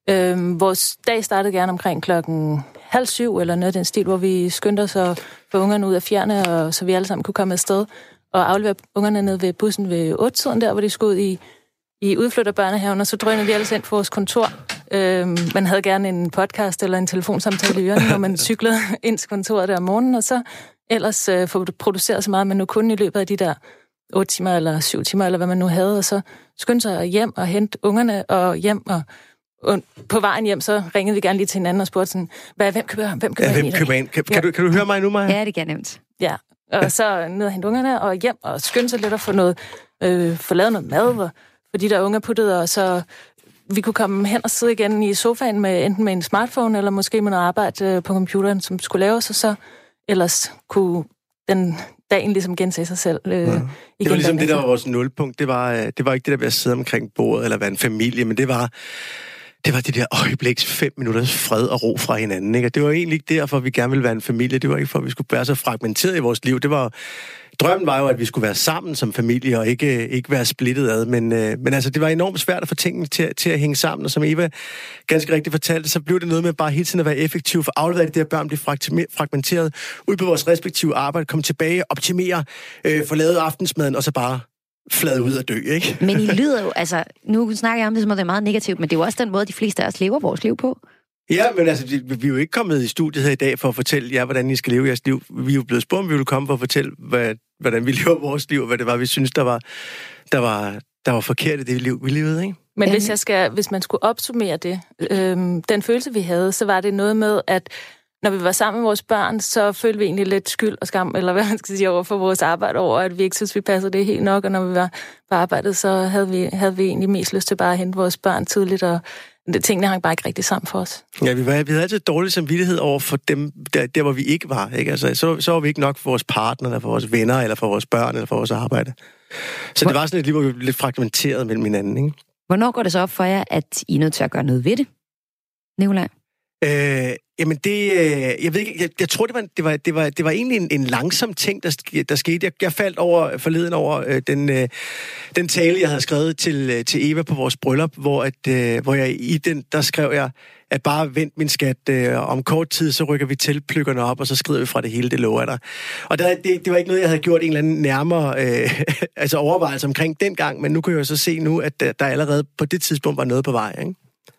Øh, vores dag startede gerne omkring klokken halv syv, eller noget af den stil, hvor vi skyndte os at få ungerne ud af fjerne, og så vi alle sammen kunne komme afsted og aflevere ungerne ned ved bussen ved otte-tiden der, hvor de skulle ud i, i udflytterbørnehaven, og så drønede vi alle ind på vores kontor. Øh, man havde gerne en podcast eller en telefonsamtale i ørene, når man cyklede ind til kontoret der om morgenen, og så ellers øh, få produceret så meget, man nu kunne i løbet af de der otte timer eller syv timer, eller hvad man nu havde, og så skyndte sig hjem og hente ungerne og hjem, og, og på vejen hjem, så ringede vi gerne lige til hinanden og spurgte sådan, hvad, hvem køber, hvem køber, ja, hvem køber ind? Kan, ja. kan, du, kan du høre mig nu, Maja? Ja, det kan jeg nemt. Ja, og så ned og hente ungerne og hjem, og skyndte sig lidt at få, noget, øh, få lavet noget mad, og, for de der unger puttede, og så vi kunne komme hen og sidde igen i sofaen med enten med en smartphone, eller måske med noget arbejde øh, på computeren, som skulle laves, og så ellers kunne den dagen ligesom gense sig selv. Øh, ja. Det var ligesom det, der var vores nulpunkt. Det var, det var ikke det der ved at sidde omkring bordet eller være en familie, men det var, det var det der øjebliks fem minutters fred og ro fra hinanden. Ikke? Og det var egentlig ikke derfor, vi gerne ville være en familie. Det var ikke for, at vi skulle være så fragmenteret i vores liv. Det var, drømmen var jo, at vi skulle være sammen som familie og ikke, ikke være splittet ad. Men, øh, men altså, det var enormt svært at få tingene til, til at hænge sammen. Og som Eva ganske rigtigt fortalte, så blev det noget med bare hele tiden at være effektiv. For aflevere de der børn blive fragmenteret ud på vores respektive arbejde, komme tilbage, optimere, øh, få lavet aftensmaden og så bare flade ud og dø, ikke? Men I lyder jo, altså, nu snakker jeg om det, som det er meget negativt, men det er jo også den måde, de fleste af os lever vores liv på. Ja, men altså, vi er jo ikke kommet i studiet her i dag for at fortælle jer, hvordan I skal leve jeres liv. Vi er jo blevet spurgt, om vi ville komme for at fortælle, hvad, hvordan vi lever vores liv, og hvad det var, vi synes, der var, der var, der var forkert i det liv, vi levede, ikke? Men hvis, jeg skal, hvis man skulle opsummere det, øhm, den følelse, vi havde, så var det noget med, at når vi var sammen med vores børn, så følte vi egentlig lidt skyld og skam, eller hvad man skal sige, over for vores arbejde, over at vi ikke synes, vi passede det helt nok, og når vi var på arbejdet, så havde vi, havde vi egentlig mest lyst til bare at hente vores børn tidligt, og tingene hang bare ikke rigtig sammen for os. Ja, vi, var, vi havde altid dårlig samvittighed over for dem, der, der hvor vi ikke var. Ikke? Altså, så, så var vi ikke nok for vores partner, eller for vores venner, eller for vores børn, eller for vores arbejde. Så det var sådan et liv, hvor vi blev lidt fragmenteret mellem hinanden. Ikke? Hvornår går det så op for jer, at I er nødt til at gøre noget ved det, Nikolaj? Øh, jamen det, øh, jeg ved ikke, jeg, jeg tror det var, det var, det var, det var egentlig en, en langsom ting, der, der skete. Jeg, jeg faldt over forleden over øh, den, øh, den tale, jeg havde skrevet til, øh, til Eva på vores bryllup, hvor, at, øh, hvor jeg i den, der skrev jeg, at bare vent min skat, øh, om kort tid, så rykker vi teltplykkerne op, og så skrider vi fra det hele, det lover jeg dig. Og der, det, det var ikke noget, jeg havde gjort en eller anden nærmere øh, altså overvejelse omkring dengang, men nu kan jeg jo så se nu, at der, der allerede på det tidspunkt var noget på vej, ikke?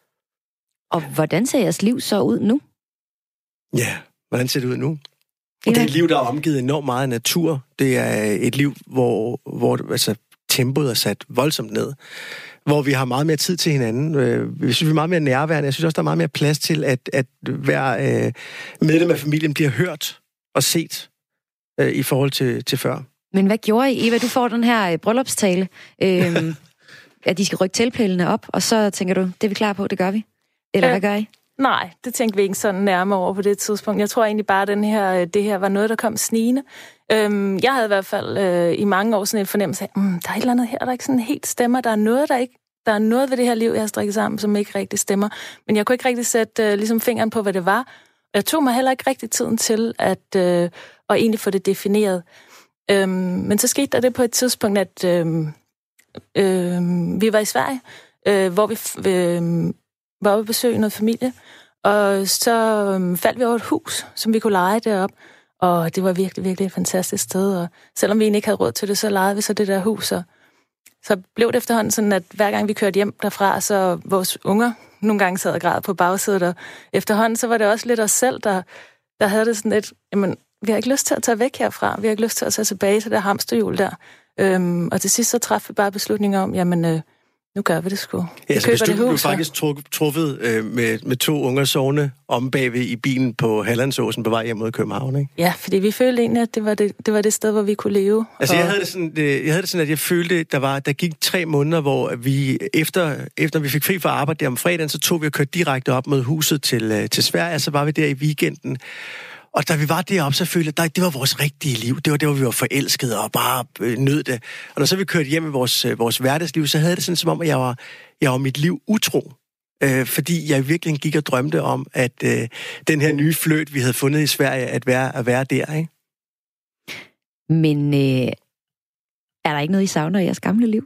Og hvordan ser jeres liv så ud nu? Ja, hvordan ser det ud nu? Ja. Det er et liv, der er omgivet enormt meget af natur. Det er et liv, hvor, hvor altså, tempoet er sat voldsomt ned. Hvor vi har meget mere tid til hinanden. Vi synes, vi er meget mere nærværende. Jeg synes også, der er meget mere plads til, at, at hver øh, medlem af familien bliver hørt og set øh, i forhold til, til før. Men hvad gjorde I, Eva? Du får den her bryllupstale, øh, at de skal rykke teltpælene op, og så tænker du, det er vi klar på, det gør vi. Eller øh, hvad gør I? Nej, det tænkte vi ikke sådan nærmere over på det tidspunkt. Jeg tror egentlig bare, at den her, det her var noget, der kom snigende. Øhm, jeg havde i hvert fald øh, i mange år sådan en fornemmelse af, mm, der er et eller andet her, der ikke sådan helt stemmer. Der er noget, der ikke, der er noget ved det her liv, jeg har strikket sammen, som ikke rigtig stemmer. Men jeg kunne ikke rigtig sætte øh, ligesom fingeren på, hvad det var. Jeg tog mig heller ikke rigtig tiden til at, øh, at egentlig få det defineret. Øhm, men så skete der det på et tidspunkt, at øhm, øhm, vi var i Sverige, øh, hvor vi øh, var oppe og besøge noget familie, og så øhm, faldt vi over et hus, som vi kunne leje deroppe, og det var virkelig, virkelig et fantastisk sted, og selvom vi egentlig ikke havde råd til det, så lejede vi så det der hus, og så blev det efterhånden sådan, at hver gang vi kørte hjem derfra, så vores unger nogle gange sad og græd på bagsædet, og efterhånden så var det også lidt os selv, der, der havde det sådan lidt, jamen, vi har ikke lyst til at tage væk herfra, vi har ikke lyst til at tage tilbage til det hamsterhjul der. Øhm, og til sidst så træffede vi bare beslutninger om, jamen, øh, nu gør vi det sgu. Ja, vi så hvis du blev hus, faktisk truffet øh, med, med to unger sovende om bagved i bilen på Hallandsåsen på vej hjem mod København, ikke? Ja, fordi vi følte egentlig, at det var det, det, var det sted, hvor vi kunne leve. Altså, og... jeg, havde det sådan, jeg havde det sådan, at jeg følte, der var der gik tre måneder, hvor vi efter, efter vi fik fri fra arbejde der om fredagen, så tog vi og kørte direkte op mod huset til, til Sverige, og så var vi der i weekenden. Og da vi var deroppe, så følte jeg, at det var vores rigtige liv. Det var det, hvor vi var forelskede og bare øh, nød det. Og når så vi kørte hjem i vores, øh, vores hverdagsliv, så havde det sådan som om, at jeg var, jeg var mit liv utro. Øh, fordi jeg virkelig gik og drømte om, at øh, den her nye fløjt, vi havde fundet i Sverige, at være, at være der, ikke? Men øh, er der ikke noget, I savner i jeres gamle liv?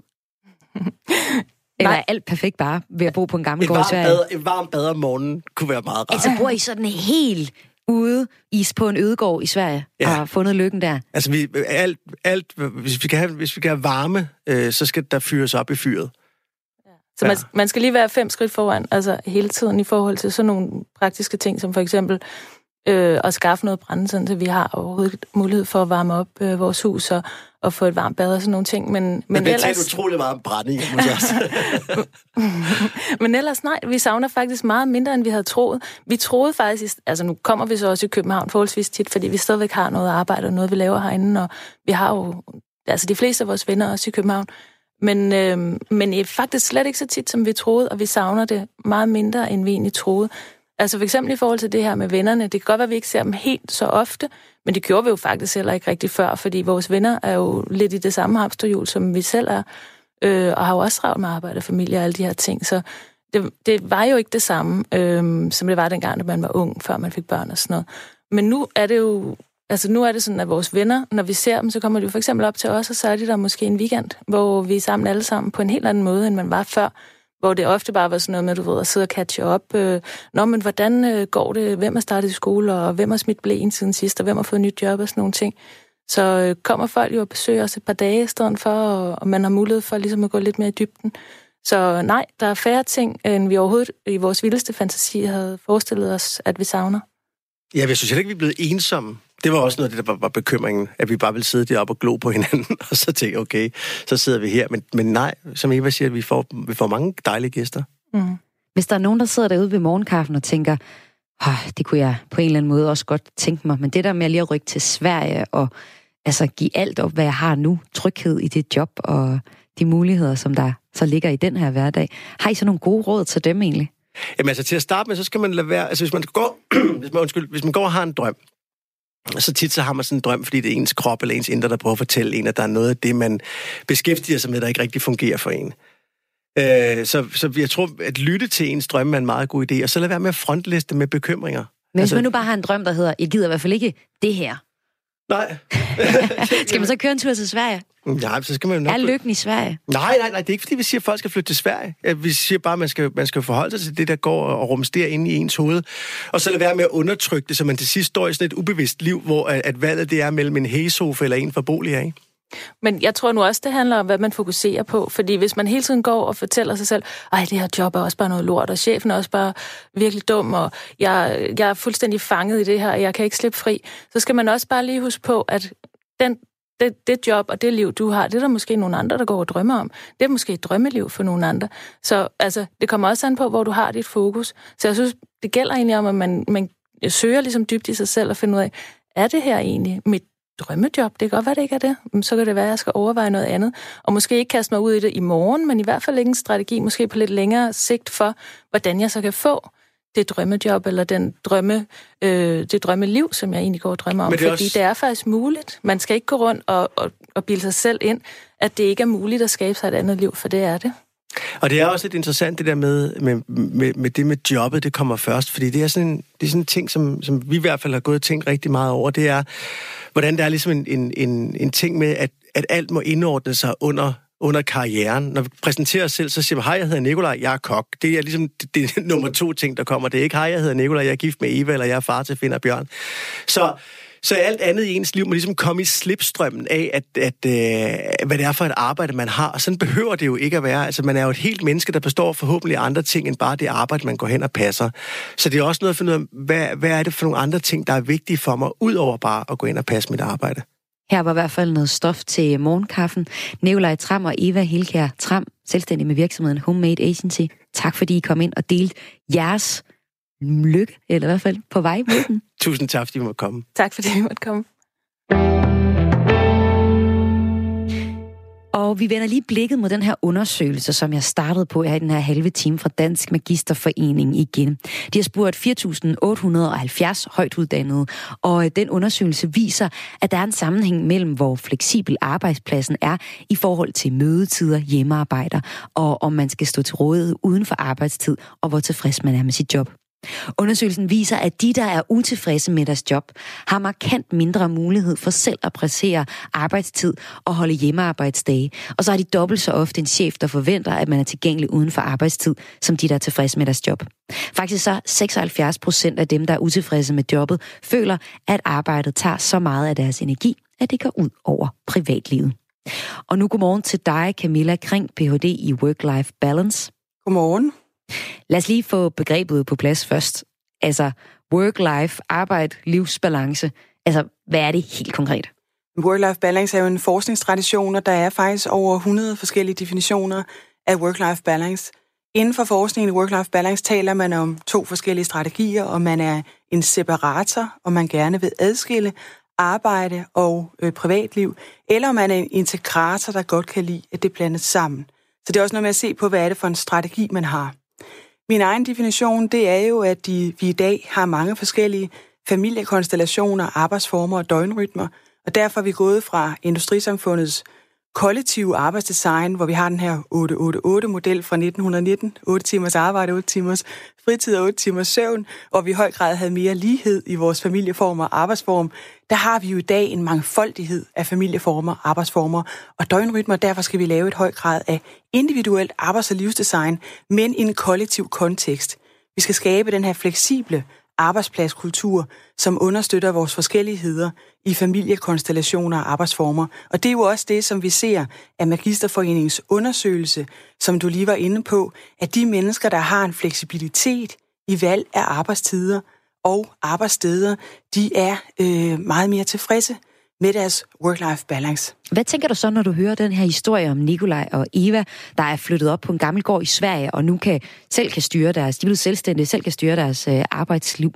Eller er alt perfekt bare ved at bo på en gammel gård i Sverige? Bad, en varm bad om morgenen kunne være meget rart. Altså bor I sådan helt ude i, på en ødegård i Sverige, ja, og har fundet lykken der? Altså, vi, alt, alt, hvis, vi kan have, hvis vi kan have varme, øh, så skal der fyres op i fyret. Ja. Så ja. man, man skal lige være fem skridt foran, altså hele tiden i forhold til sådan nogle praktiske ting, som for eksempel øh, at skaffe noget brænde, sådan så vi har overhovedet mulighed for at varme op øh, vores hus og, og få et varmt bad og sådan nogle ting. Men, men, men det ellers... tager utrolig meget brænding, må jeg også. Men ellers nej, vi savner faktisk meget mindre, end vi havde troet. Vi troede faktisk, altså nu kommer vi så også i København forholdsvis tit, fordi vi stadigvæk har noget arbejde og noget, vi laver herinde, og vi har jo, altså de fleste af vores venner også i København. Men, øh, men faktisk slet ikke så tit, som vi troede, og vi savner det meget mindre, end vi egentlig troede. Altså for eksempel i forhold til det her med vennerne, det kan godt være, at vi ikke ser dem helt så ofte, men det gjorde vi jo faktisk heller ikke rigtig før, fordi vores venner er jo lidt i det samme hamsterhjul, som vi selv er, øh, og har jo også travlt med arbejde og familie og alle de her ting. Så det, det var jo ikke det samme, øh, som det var dengang, da man var ung, før man fik børn og sådan noget. Men nu er det jo, altså nu er det sådan, at vores venner, når vi ser dem, så kommer de jo for eksempel op til os, og så er de der måske en weekend, hvor vi er sammen alle sammen på en helt anden måde, end man var før. Hvor det ofte bare var sådan noget med, du ved, at sidde og catche op. Øh, Nå, men hvordan øh, går det? Hvem har startet i skole, og hvem har smidt blæen siden sidst, og hvem har fået nyt job og sådan nogle ting. Så øh, kommer folk jo og besøger os et par dage i stedet for, og, og man har mulighed for ligesom at gå lidt mere i dybden. Så nej, der er færre ting, end vi overhovedet i vores vildeste fantasi havde forestillet os, at vi savner. Ja, jeg synes heller ikke, vi er blevet ensomme. Det var også noget af det, der var, var bekymringen, at vi bare ville sidde deroppe og glo på hinanden, og så tænke, okay, så sidder vi her. Men, men nej, som Eva siger, vi får, vi får mange dejlige gæster. Mm. Hvis der er nogen, der sidder derude ved morgenkaffen og tænker, det kunne jeg på en eller anden måde også godt tænke mig, men det der med at lige at rykke til Sverige og altså give alt op, hvad jeg har nu, tryghed i det job og de muligheder, som der så ligger i den her hverdag. Har I så nogle gode råd til dem egentlig? Jamen altså til at starte med, så skal man lade være, altså hvis man går, hvis man, undskyld, hvis man går og har en drøm, så tit så har man sådan en drøm, fordi det er ens krop eller ens indre, der prøver at fortælle en, at der er noget af det, man beskæftiger sig med, der ikke rigtig fungerer for en. Øh, så, så jeg tror, at lytte til ens drømme er en meget god idé, og så lade være med at frontliste med bekymringer. Men hvis altså, man nu bare har en drøm, der hedder, jeg gider i hvert fald ikke det her. Nej. Skal man så køre en tur til Sverige? Nej, så skal man nok... Er lykken i Sverige? Nej, nej, nej, det er ikke, fordi vi siger, at folk skal flytte til Sverige. Vi siger bare, at man skal, man skal forholde sig til det, der går og rumsterer inde i ens hoved. Og så lade være med at undertrykke det, så man til sidst står i sådan et ubevidst liv, hvor at valget det er mellem en hægesofa eller en for boliger, ikke? Men jeg tror nu også, det handler om, hvad man fokuserer på. Fordi hvis man hele tiden går og fortæller sig selv, ej, det her job er også bare noget lort, og chefen er også bare virkelig dum, og jeg, jeg er fuldstændig fanget i det her, og jeg kan ikke slippe fri, så skal man også bare lige huske på, at den, det, det job og det liv, du har, det er der måske nogle andre, der går og drømmer om. Det er måske et drømmeliv for nogle andre. Så altså, det kommer også an på, hvor du har dit fokus. Så jeg synes, det gælder egentlig om, at man, man søger ligesom dybt i sig selv og finder ud af, er det her egentlig mit drømmejob? Det kan godt være, det ikke er det. Så kan det være, at jeg skal overveje noget andet. Og måske ikke kaste mig ud i det i morgen, men i hvert fald ikke en strategi, måske på lidt længere sigt for, hvordan jeg så kan få det drømmejob, eller den drømme, øh, det drømmeliv, som jeg egentlig går og drømmer om. Det fordi også... det er faktisk muligt. Man skal ikke gå rundt og, og, og bilde sig selv ind, at det ikke er muligt at skabe sig et andet liv, for det er det. Og det er også lidt interessant det der med, med, med, med det med jobbet, det kommer først, fordi det er sådan en, det er sådan en ting, som, som vi i hvert fald har gået og tænkt rigtig meget over, det er, hvordan der er ligesom en, en, en, en ting med, at, at alt må indordne sig under under karrieren. Når vi præsenterer os selv, så siger vi, hej, jeg hedder Nikolaj, jeg er kok. Det er ligesom det, det er nummer to ting, der kommer. Det er ikke, hej, jeg hedder Nikolaj, jeg er gift med Eva, eller jeg er far til Finn og Bjørn. Så, så alt andet i ens liv må ligesom komme i slipstrømmen af, at, at, øh, hvad det er for et arbejde, man har. Og sådan behøver det jo ikke at være. Altså, man er jo et helt menneske, der består forhåbentlig af andre ting, end bare det arbejde, man går hen og passer. Så det er også noget at finde ud af, hvad, hvad er det for nogle andre ting, der er vigtige for mig, ud over bare at gå ind og passe mit arbejde. Her var i hvert fald noget stof til morgenkaffen. Nikolaj Tram og Eva Helkjær Tram, selvstændig med virksomheden Homemade Agency. Tak fordi I kom ind og delte jeres lykke, eller i hvert fald på vej mod den. Tusind tak, fordi I måtte komme. Tak fordi I måtte komme. Og vi vender lige blikket mod den her undersøgelse, som jeg startede på her i den her halve time fra Dansk Magisterforening igen. De har spurgt fire tusind otte hundrede og halvfjerds højtuddannede, og den undersøgelse viser, at der er en sammenhæng mellem, hvor fleksibel arbejdspladsen er i forhold til mødetider, hjemmearbejder, og om man skal stå til rådighed uden for arbejdstid, og hvor tilfreds man er med sit job. Undersøgelsen viser, at de, der er utilfredse med deres job, har markant mindre mulighed for selv at præcere arbejdstid og holde hjemmearbejdsdage. Og så har de dobbelt så ofte en chef, der forventer, at man er tilgængelig uden for arbejdstid, som de, der er tilfredse med deres job. Faktisk så seksoghalvfjerds procent af dem, der er utilfredse med jobbet, føler, at arbejdet tager så meget af deres energi, at det går ud over privatlivet. Og nu godmorgen til dig, Camilla Kring, P H D i Work-Life Balance. Godmorgen. Lad os lige få begrebet på plads først. Altså work-life, arbejde, livsbalance. Altså, hvad er det helt konkret? Work-life balance er jo en forskningstradition, og der er faktisk over hundrede forskellige definitioner af work-life balance. Inden for forskningen i work-life balance taler man om to forskellige strategier, og man er en separator, og man gerne vil adskille arbejde og øh, privatliv, eller man er en integrator, der godt kan lide, at det blandes sammen. Så det er også noget med at se på, hvad er det for en strategi, man har. Min egen definition, det er jo, at de, vi i dag har mange forskellige familiekonstellationer, arbejdsformer og døgnrytmer, og derfor er vi gået fra industrisamfundets kollektive arbejdsdesign, hvor vi har den her otte otte otte-model fra nitten nitten, otte timers arbejde, otte timers fritid og otte timers søvn, og vi i høj grad havde mere lighed i vores familieformer og arbejdsform. Der har vi jo i dag en mangfoldighed af familieformer, arbejdsformer og døgnrytmer, derfor skal vi lave et høj grad af individuelt arbejds- og livsdesign, men i en kollektiv kontekst. Vi skal skabe den her fleksible arbejdspladskultur, som understøtter vores forskelligheder i familiekonstellationer og arbejdsformer. Og det er jo også det, som vi ser af Magisterforeningens undersøgelse, som du lige var inde på, at de mennesker, der har en fleksibilitet i valg af arbejdstider og arbejdssteder, de er øh, meget mere tilfredse med deres work-life balance. Hvad tænker du så, når du hører den her historie om Nikolaj og Eva, der er flyttet op på en gammel gård i Sverige, og nu kan, selv kan styre deres, de er blevet selvstændige, selv kan styre deres øh, arbejdsliv?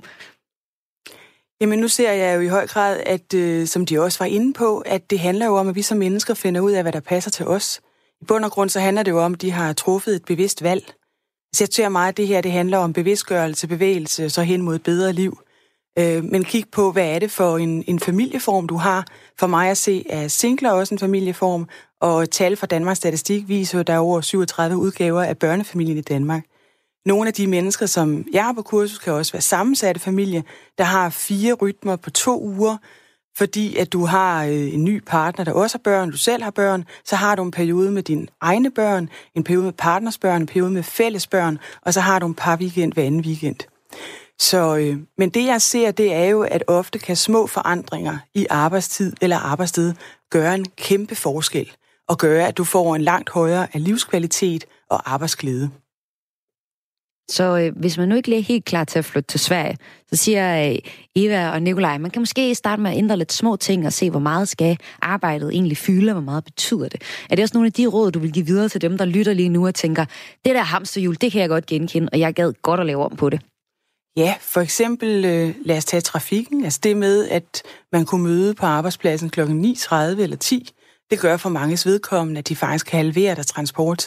Jamen nu ser jeg jo i høj grad, at øh, som de også var inde på, at det handler jo om, at vi som mennesker finder ud af, hvad der passer til os. I bund og grund så handler det jo om, at de har truffet et bevidst valg. Så jeg tror meget, at det her det handler om bevidstgørelse, bevægelse, så hen mod et bedre liv. Men kig på, hvad er det for en, en familieform, du har. For mig at se, er singler også en familieform, og tal fra Danmarks Statistik viser, at der er over syvogtredive udgaver af børnefamilien i Danmark. Nogle af de mennesker, som jeg har på kursus, kan også være sammensatte familie, der har fire rytmer på to uger, fordi at du har en ny partner, der også har børn, du selv har børn, så har du en periode med dine egne børn, en periode med partners børn, en periode med fælles børn, og så har du en par weekend hver anden weekend. Så, øh, men det jeg ser, det er jo, at ofte kan små forandringer i arbejdstid eller arbejdssted gøre en kæmpe forskel, og gøre, at du får en langt højere af livskvalitet og arbejdsglæde. Så øh, hvis man nu ikke lige er helt klar til at flytte til Sverige, så siger øh, Eva og Nikolaj, man kan måske starte med at ændre lidt små ting og se, hvor meget skal arbejdet egentlig fylde, hvor meget betyder det. Er det også nogle af de råd, du vil give videre til dem, der lytter lige nu og tænker, det der hamsterhjul, det kan jeg godt genkende, og jeg gad godt at lave om på det? Ja, for eksempel øh, lad os tage trafikken. Altså det med, at man kunne møde på arbejdspladsen klokken ni tredive eller ti, det gør for manges vedkommende, at de faktisk kan halvere deres transporttid.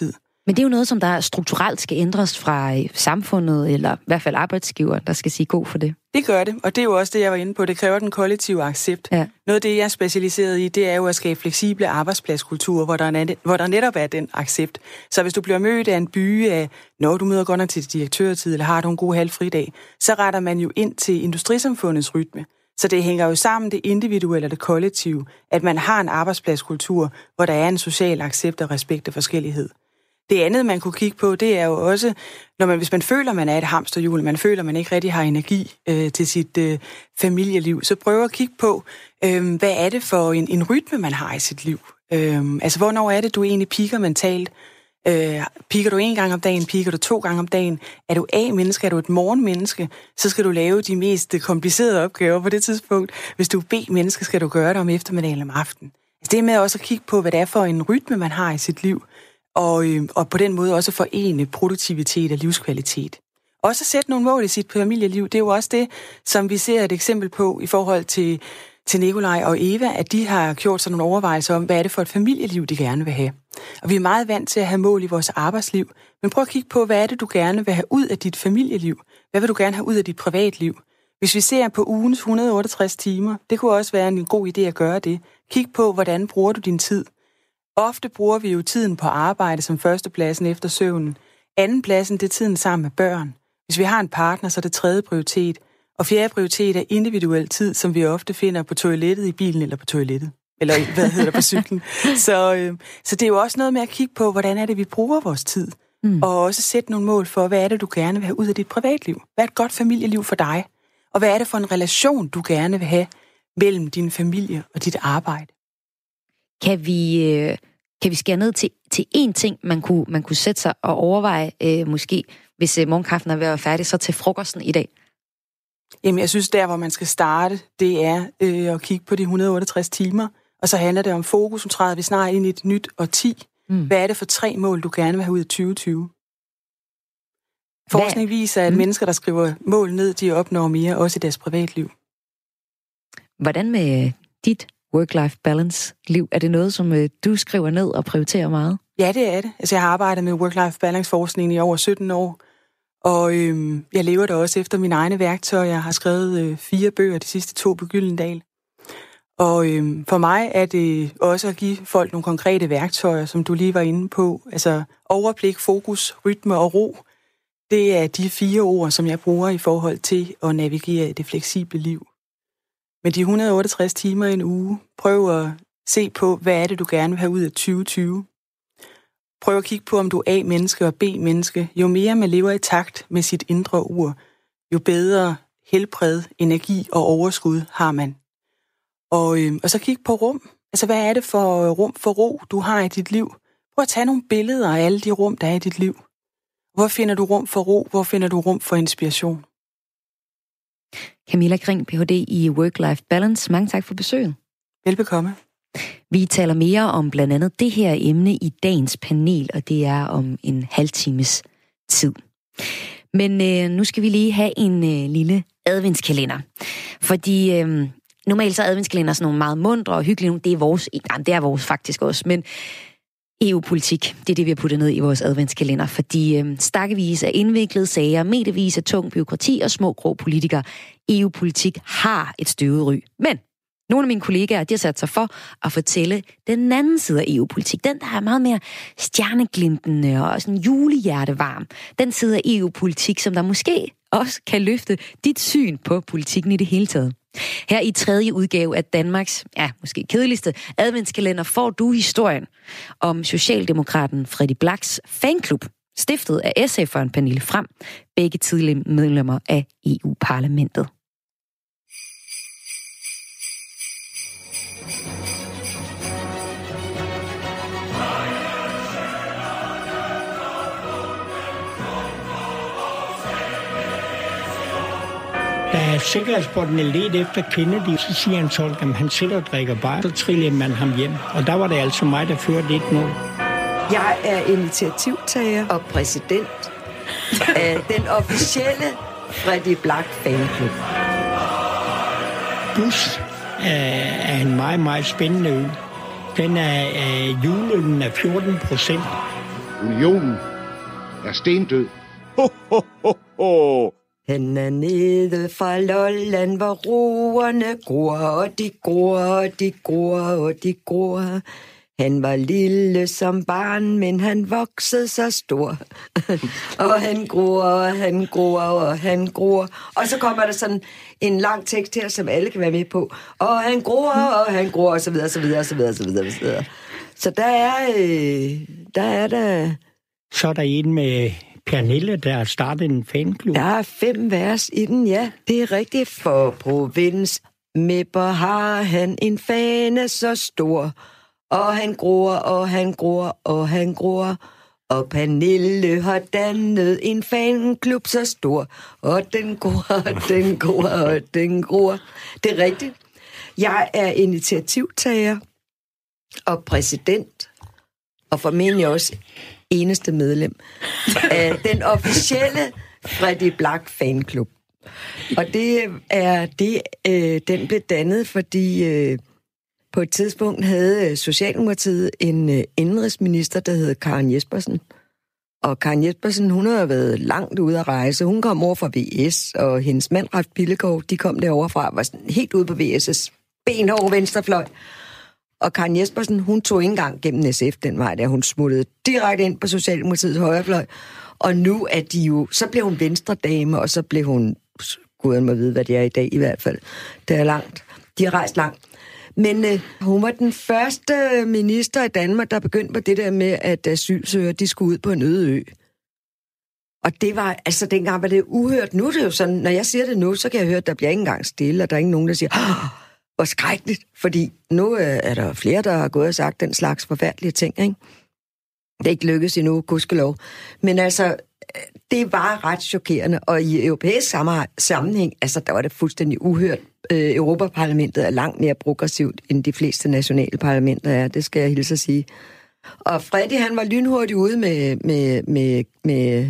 Men det er jo noget, som der strukturelt skal ændres fra samfundet, eller i hvert fald arbejdsgiver, der skal sige god for det. Det gør det, og det er jo også det, jeg var inde på. Det kræver den kollektive accept. Ja. Noget af det, jeg er specialiseret i, det er jo at skabe fleksible arbejdspladskulturer, hvor der, er, hvor der netop er den accept. Så hvis du bliver mødt af en by af, når du møder godt nok til direktørtid, eller har du en god halvfridag, så retter man jo ind til industrisamfundets rytme. Så det hænger jo sammen, det individuelle og det kollektive, at man har en arbejdspladskultur, hvor der er en social accept og respekt og forskellighed. Det andet, man kunne kigge på, det er jo også, når man, hvis man føler, man er et hamsterhjul, man føler, man ikke rigtig har energi øh, til sit øh, familieliv, så prøv at kigge på, øh, hvad er det for en, en rytme, man har i sit liv. Øh, altså, hvornår er det, du egentlig piker mentalt? Øh, piker du en gang om dagen, piker du to gange om dagen? Er du A-menneske, er du et morgenmenneske, så skal du lave de mest komplicerede opgaver på det tidspunkt. Hvis du er B-menneske, skal du gøre det om eftermiddagen eller om aftenen. Altså, det er med også at kigge på, hvad det er for en rytme, man har i sit liv. Og, øh, og på den måde også forene produktivitet og livskvalitet. Også at sætte nogle mål i sit familieliv, det er jo også det, som vi ser et eksempel på i forhold til, til Nikolaj og Eva, at de har gjort sig nogle overvejelser om, hvad er det for et familieliv, de gerne vil have. Og vi er meget vant til at have mål i vores arbejdsliv, men prøv at kigge på, hvad er det, du gerne vil have ud af dit familieliv? Hvad vil du gerne have ud af dit privatliv? Hvis vi ser på ugens et hundrede og otteogtres timer, det kunne også være en god idé at gøre det. Kig på, hvordan bruger du din tid? Ofte bruger vi jo tiden på arbejde som førstepladsen efter søvnen. Andenpladsen, det er tiden sammen med børn. Hvis vi har en partner, så er det tredje prioritet. Og fjerde prioritet er individuel tid, som vi ofte finder på toilettet i bilen eller på toilettet. Eller hvad hedder det på cyklen. Så, øh, så det er jo også noget med at kigge på, hvordan er det, vi bruger vores tid. Mm. Og også sætte nogle mål for, hvad er det, du gerne vil have ud af dit privatliv. Hvad er et godt familieliv for dig? Og hvad er det for en relation, du gerne vil have mellem din familie og dit arbejde? Kan vi, øh, kan vi skære ned til, til én ting, man kunne, man kunne sætte sig og overveje, øh, måske, hvis øh, morgenkaffen er ved at være færdig, så til frokosten i dag? Jamen, jeg synes, der, hvor man skal starte, det er øh, at kigge på de et hundrede og otteogtres timer, og så handler det om fokus. Nu træder vi snart ind i et nyt årti. Mm. Hvad er det for tre mål, du gerne vil have ud af tyve tyve? Forskning Hvad? viser, at mm. mennesker, der skriver mål ned, de opnår mere, også i deres privatliv. Hvordan med dit work-life balance liv? Er det noget, som øh, du skriver ned og prioriterer meget? Ja, det er det. Altså, jeg har arbejdet med work-life balance forskning i over sytten år, og øh, jeg lever da også efter mine egne værktøjer. Jeg har skrevet øh, fire bøger, de sidste to på Gyldendal. Og øh, for mig er det også at give folk nogle konkrete værktøjer, som du lige var inde på. Altså overblik, fokus, rytme og ro. Det er de fire ord, som jeg bruger i forhold til at navigere det fleksible liv. Med de et hundrede og otteogtres timer i en uge, prøv at se på, hvad er det, du gerne vil have ud af tyve tyve. Prøv at kigge på, om du er A-menneske og B-menneske. Jo mere man lever i takt med sit indre ur, jo bedre helbred, energi og overskud har man. Og, øh, og så kig på rum. Altså, hvad er det for rum for ro, du har i dit liv? Prøv at tage nogle billeder af alle de rum, der er i dit liv. Hvor finder du rum for ro? Hvor finder du rum for inspiration? Camilla Kring, P H D i Work-Life Balance. Mange tak for besøget. Velbekomme. Vi taler mere om blandt andet det her emne i dagens panel, og det er om en halv times tid. Men øh, nu skal vi lige have en øh, lille adventskalender. Fordi øh, normalt så er adventskalender sådan nogle meget mundre og hyggelige. Det er vores, nej, det er vores faktisk også, men E U-politik, det er det, vi har puttet ned i vores adventskalender, fordi øh, stakkevis af indviklede sager, metervis af tung byråkrati og små grå politikere. E U-politik har et støvet ry. Men nogle af mine kollegaer, de har sat sig for at fortælle den anden side af E U-politik. Den, der er meget mere stjerneglimtende og sådan julehjertevarm. Den side af E U-politik, som der måske også kan løfte dit syn på politikken i det hele taget. Her i tredje udgave af Danmarks, ja, måske kedeligste adventskalender, får du historien om socialdemokraten Freddy Blaks fanklub, stiftet af S F'eren Pernille Frahm, begge tidligere medlemmer af E U-parlamentet. Da sikkerhedsborten er ledt efter Kennedy, så siger han tolk, at han sidder og drikker bare, så trillede man ham hjem. Og der var det altså mig, der førte et nul. Jeg er initiativtager og præsident af den officielle Freddy Blak fanklub. Bus er en meget, meget spændende øl. Den er, juleøllen er fjorten procent. Unionen er stendød. Ho, ho, ho, ho. Han er nede fra Lolland, hvor roerne gror, og de gror, og de gror, og de gror. Han var lille som barn, men han voksede så stor. Og han gror, og han gror, og han gror. Og så kommer der sådan en lang tekst her, som alle kan være med på. Og han gror, og han gror, og så videre, så videre, så videre, så videre, så videre. Så der er, øh, der er der... Så er der en med Pernille, der har startet en fanklub. Der er fem vers i den, ja. Det er rigtigt. For provins Mepper har han en fane så stor. Og han gror, og han gror, og han gror. Og Pernille har dannet en fanklub så stor. Og den gror, og den gror, og den gror. Det er rigtigt. Jeg er initiativtager og præsident, og formentlig også eneste medlem af den officielle Freddy Black fanklub. Og det er det, øh, den blev dannet, fordi øh, på et tidspunkt havde Socialdemokratiet en øh, indenrigsminister, der hed Karen Jespersen. Og Karen Jespersen, hun har været langt ude at rejse. Hun kom over fra V S, og hendes mand, Ralf Pilgaard, de kom derovre fra, var sådan helt ude på V S' benhårde venstrefløj. Og Karen Jespersen, hun tog ikke engang gennem S F den vej, der hun smuttede direkte ind på Socialdemokratiets højrefløj. Og nu er de jo, så blev hun venstredame, og så blev hun, guden må vide, hvad det er i dag i hvert fald. Det er langt. De har rejst langt. Men øh, hun var den første minister i Danmark, der begyndte på det der med, at asylsøgere, de skulle ud på en øde ø. Og det var, altså dengang var det uhørt. Nu er det jo sådan, når jeg siger det nu, så kan jeg høre, at der bliver ikke engang stille, og der er ikke nogen, der siger, åh, hvor skrækkeligt. Fordi nu øh, er der flere, der har gået og sagt den slags forfærdelige ting, ikke? Det er ikke lykkedes endnu, gudskelov. Men altså, det var ret chokerende, og i europæisk sammenhæng, altså der var det fuldstændig uhørt. Øh, Europaparlamentet er langt mere progressivt, end de fleste nationale parlamenter er, det skal jeg hilse at sige. Og Freddy, han var lynhurtigt ude med, med, med, med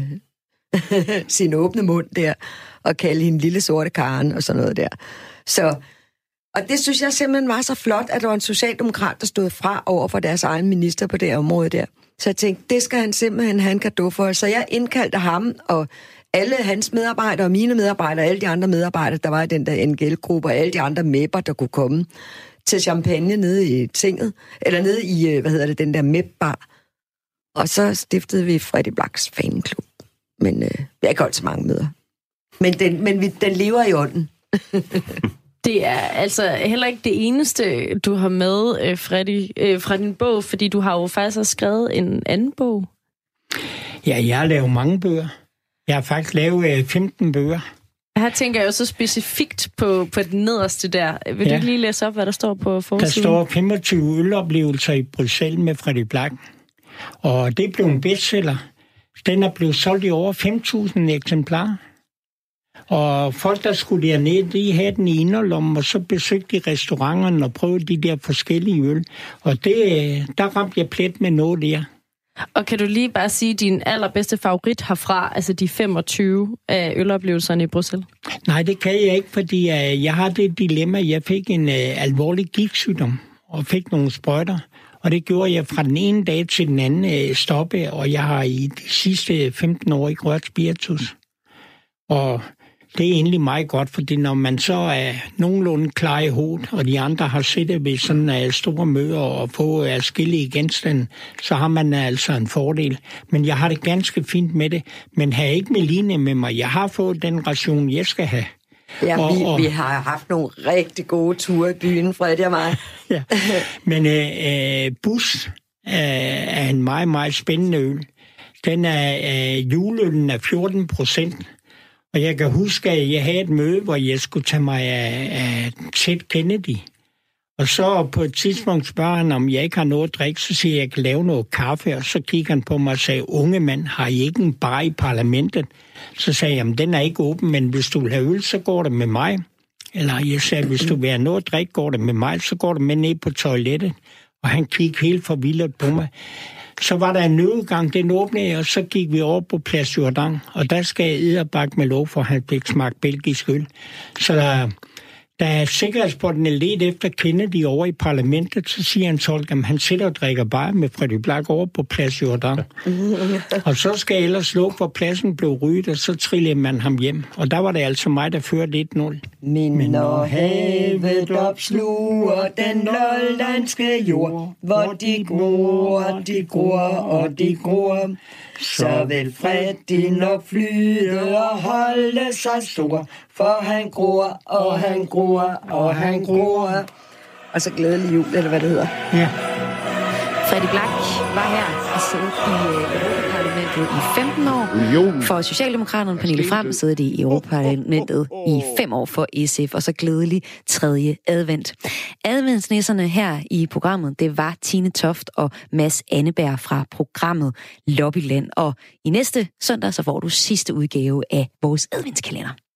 sin åbne mund der, og kalde hende lille sorte Karen og sådan noget der. Så, og det synes jeg simpelthen var så flot, at der var en socialdemokrat, der stod fra over for deres egen minister på det område der. Så jeg tænkte, det skal han simpelthen have en cadeau for. Så jeg indkaldte ham og alle hans medarbejdere, og mine medarbejdere, og alle de andre medarbejdere, der var i den der N G L-gruppe, og alle de andre mepper, der kunne komme til champagne nede i tinget, eller nede i, hvad hedder det, den der mep-bar. Og så stiftede vi Freddy Blacks fanklub. Men øh, vi har ikke holdt så mange møder. Men den, men vi, den lever i ånden. Det er altså heller ikke det eneste, du har med, Freddy, fra din bog, fordi du har jo faktisk også skrevet en anden bog. Ja, jeg har lavet mange bøger. Jeg har faktisk lavet femten bøger. Her tænker jeg jo så specifikt på, på den nederste der. Vil ja. du lige læse op, hvad der står på forsiden? Der står femogtyve øloplevelser i Bruxelles med Freddy Black. Og det blev en bestseller. Den er blevet solgt i over fem tusind eksemplarer. Og folk, der skulle dernede, de havde den i inderlommen, og så besøgte de restauranterne og prøvede de der forskellige øl. Og det, der ramte jeg plet med noget der. Og kan du lige bare sige din allerbedste favorit herfra, altså de femogtyve af øloplevelserne i Bruxelles? Nej, det kan jeg ikke, fordi jeg har det dilemma. Jeg fik en uh, alvorlig gigtsygdom og fik nogle sprøjter. Og det gjorde jeg fra den ene dag til den anden uh, stoppe, og jeg har i de sidste femten år ikke rørt spiritus. Og det er egentlig meget godt, fordi når man så er nogenlunde klar i hovedet, og de andre har siddet ved sådan uh, store møder og få adskillige genstande, så har man uh, altså en fordel. Men jeg har det ganske fint med det, men har ikke Meline med mig. Jeg har fået den ration, jeg skal have. Ja, og, vi, og, vi har haft nogle rigtig gode ture i byen, Freddy og mig. Ja, men uh, uh, Bus uh, er en meget, meget spændende øl. Den er, uh, juleøllen er fjorten procent. Og jeg kan huske, at jeg havde et møde, hvor jeg skulle tage mig af, af Ted Kennedy. Og så på et tidspunkt spørger han, om jeg ikke har noget at drikke, så siger jeg, at jeg kan lave noget kaffe. Og så kigger han på mig og sagde, unge mand, har I ikke en bar i parlamentet? Så sagde jeg, den er ikke åben, men hvis du vil have øl, så går det med mig. Eller jeg sagde, hvis du vil have noget at drikke, går det med mig, så går det med ned på toilettet. Og han kiggede helt forvildet på mig. Så var der en nødgang, den åbnede, og så gik vi over på Plads Jordan, og der skal jeg edderbakke med lov for, at han fik smagt belgisk øl. Så der, Da sikkerhedspolitiet er let efter Kennedy over i parlamentet, så siger han tolk, at han sidder og drikker bare med Freddy Black over på plads Jordan. Og så skal jeg ellers slukke, hvor pladsen blev ryddet, og så trillede man ham hjem. Og der var det altså mig, der førte et nul. Men når havet opsluger den lollandske jord, hvor de gror, de gror og de gror, så vil Freddy nok flyde og holde sig stor, for han gror, og han gror, og han gror. Og så glædelig jul, eller hvad det hedder. Ja. Freddy Black var her og siddet i Europaparlamentet i femten år. For Socialdemokraterne, Pernille Frahm, sidder de i Europaparlamentet i fem år for S F, og så glædelig tredje advent. Adventsnisserne her i programmet, det var Tine Toft og Mads Anneberg fra programmet Lobbyland. Og i næste søndag, så får du sidste udgave af vores adventskalender.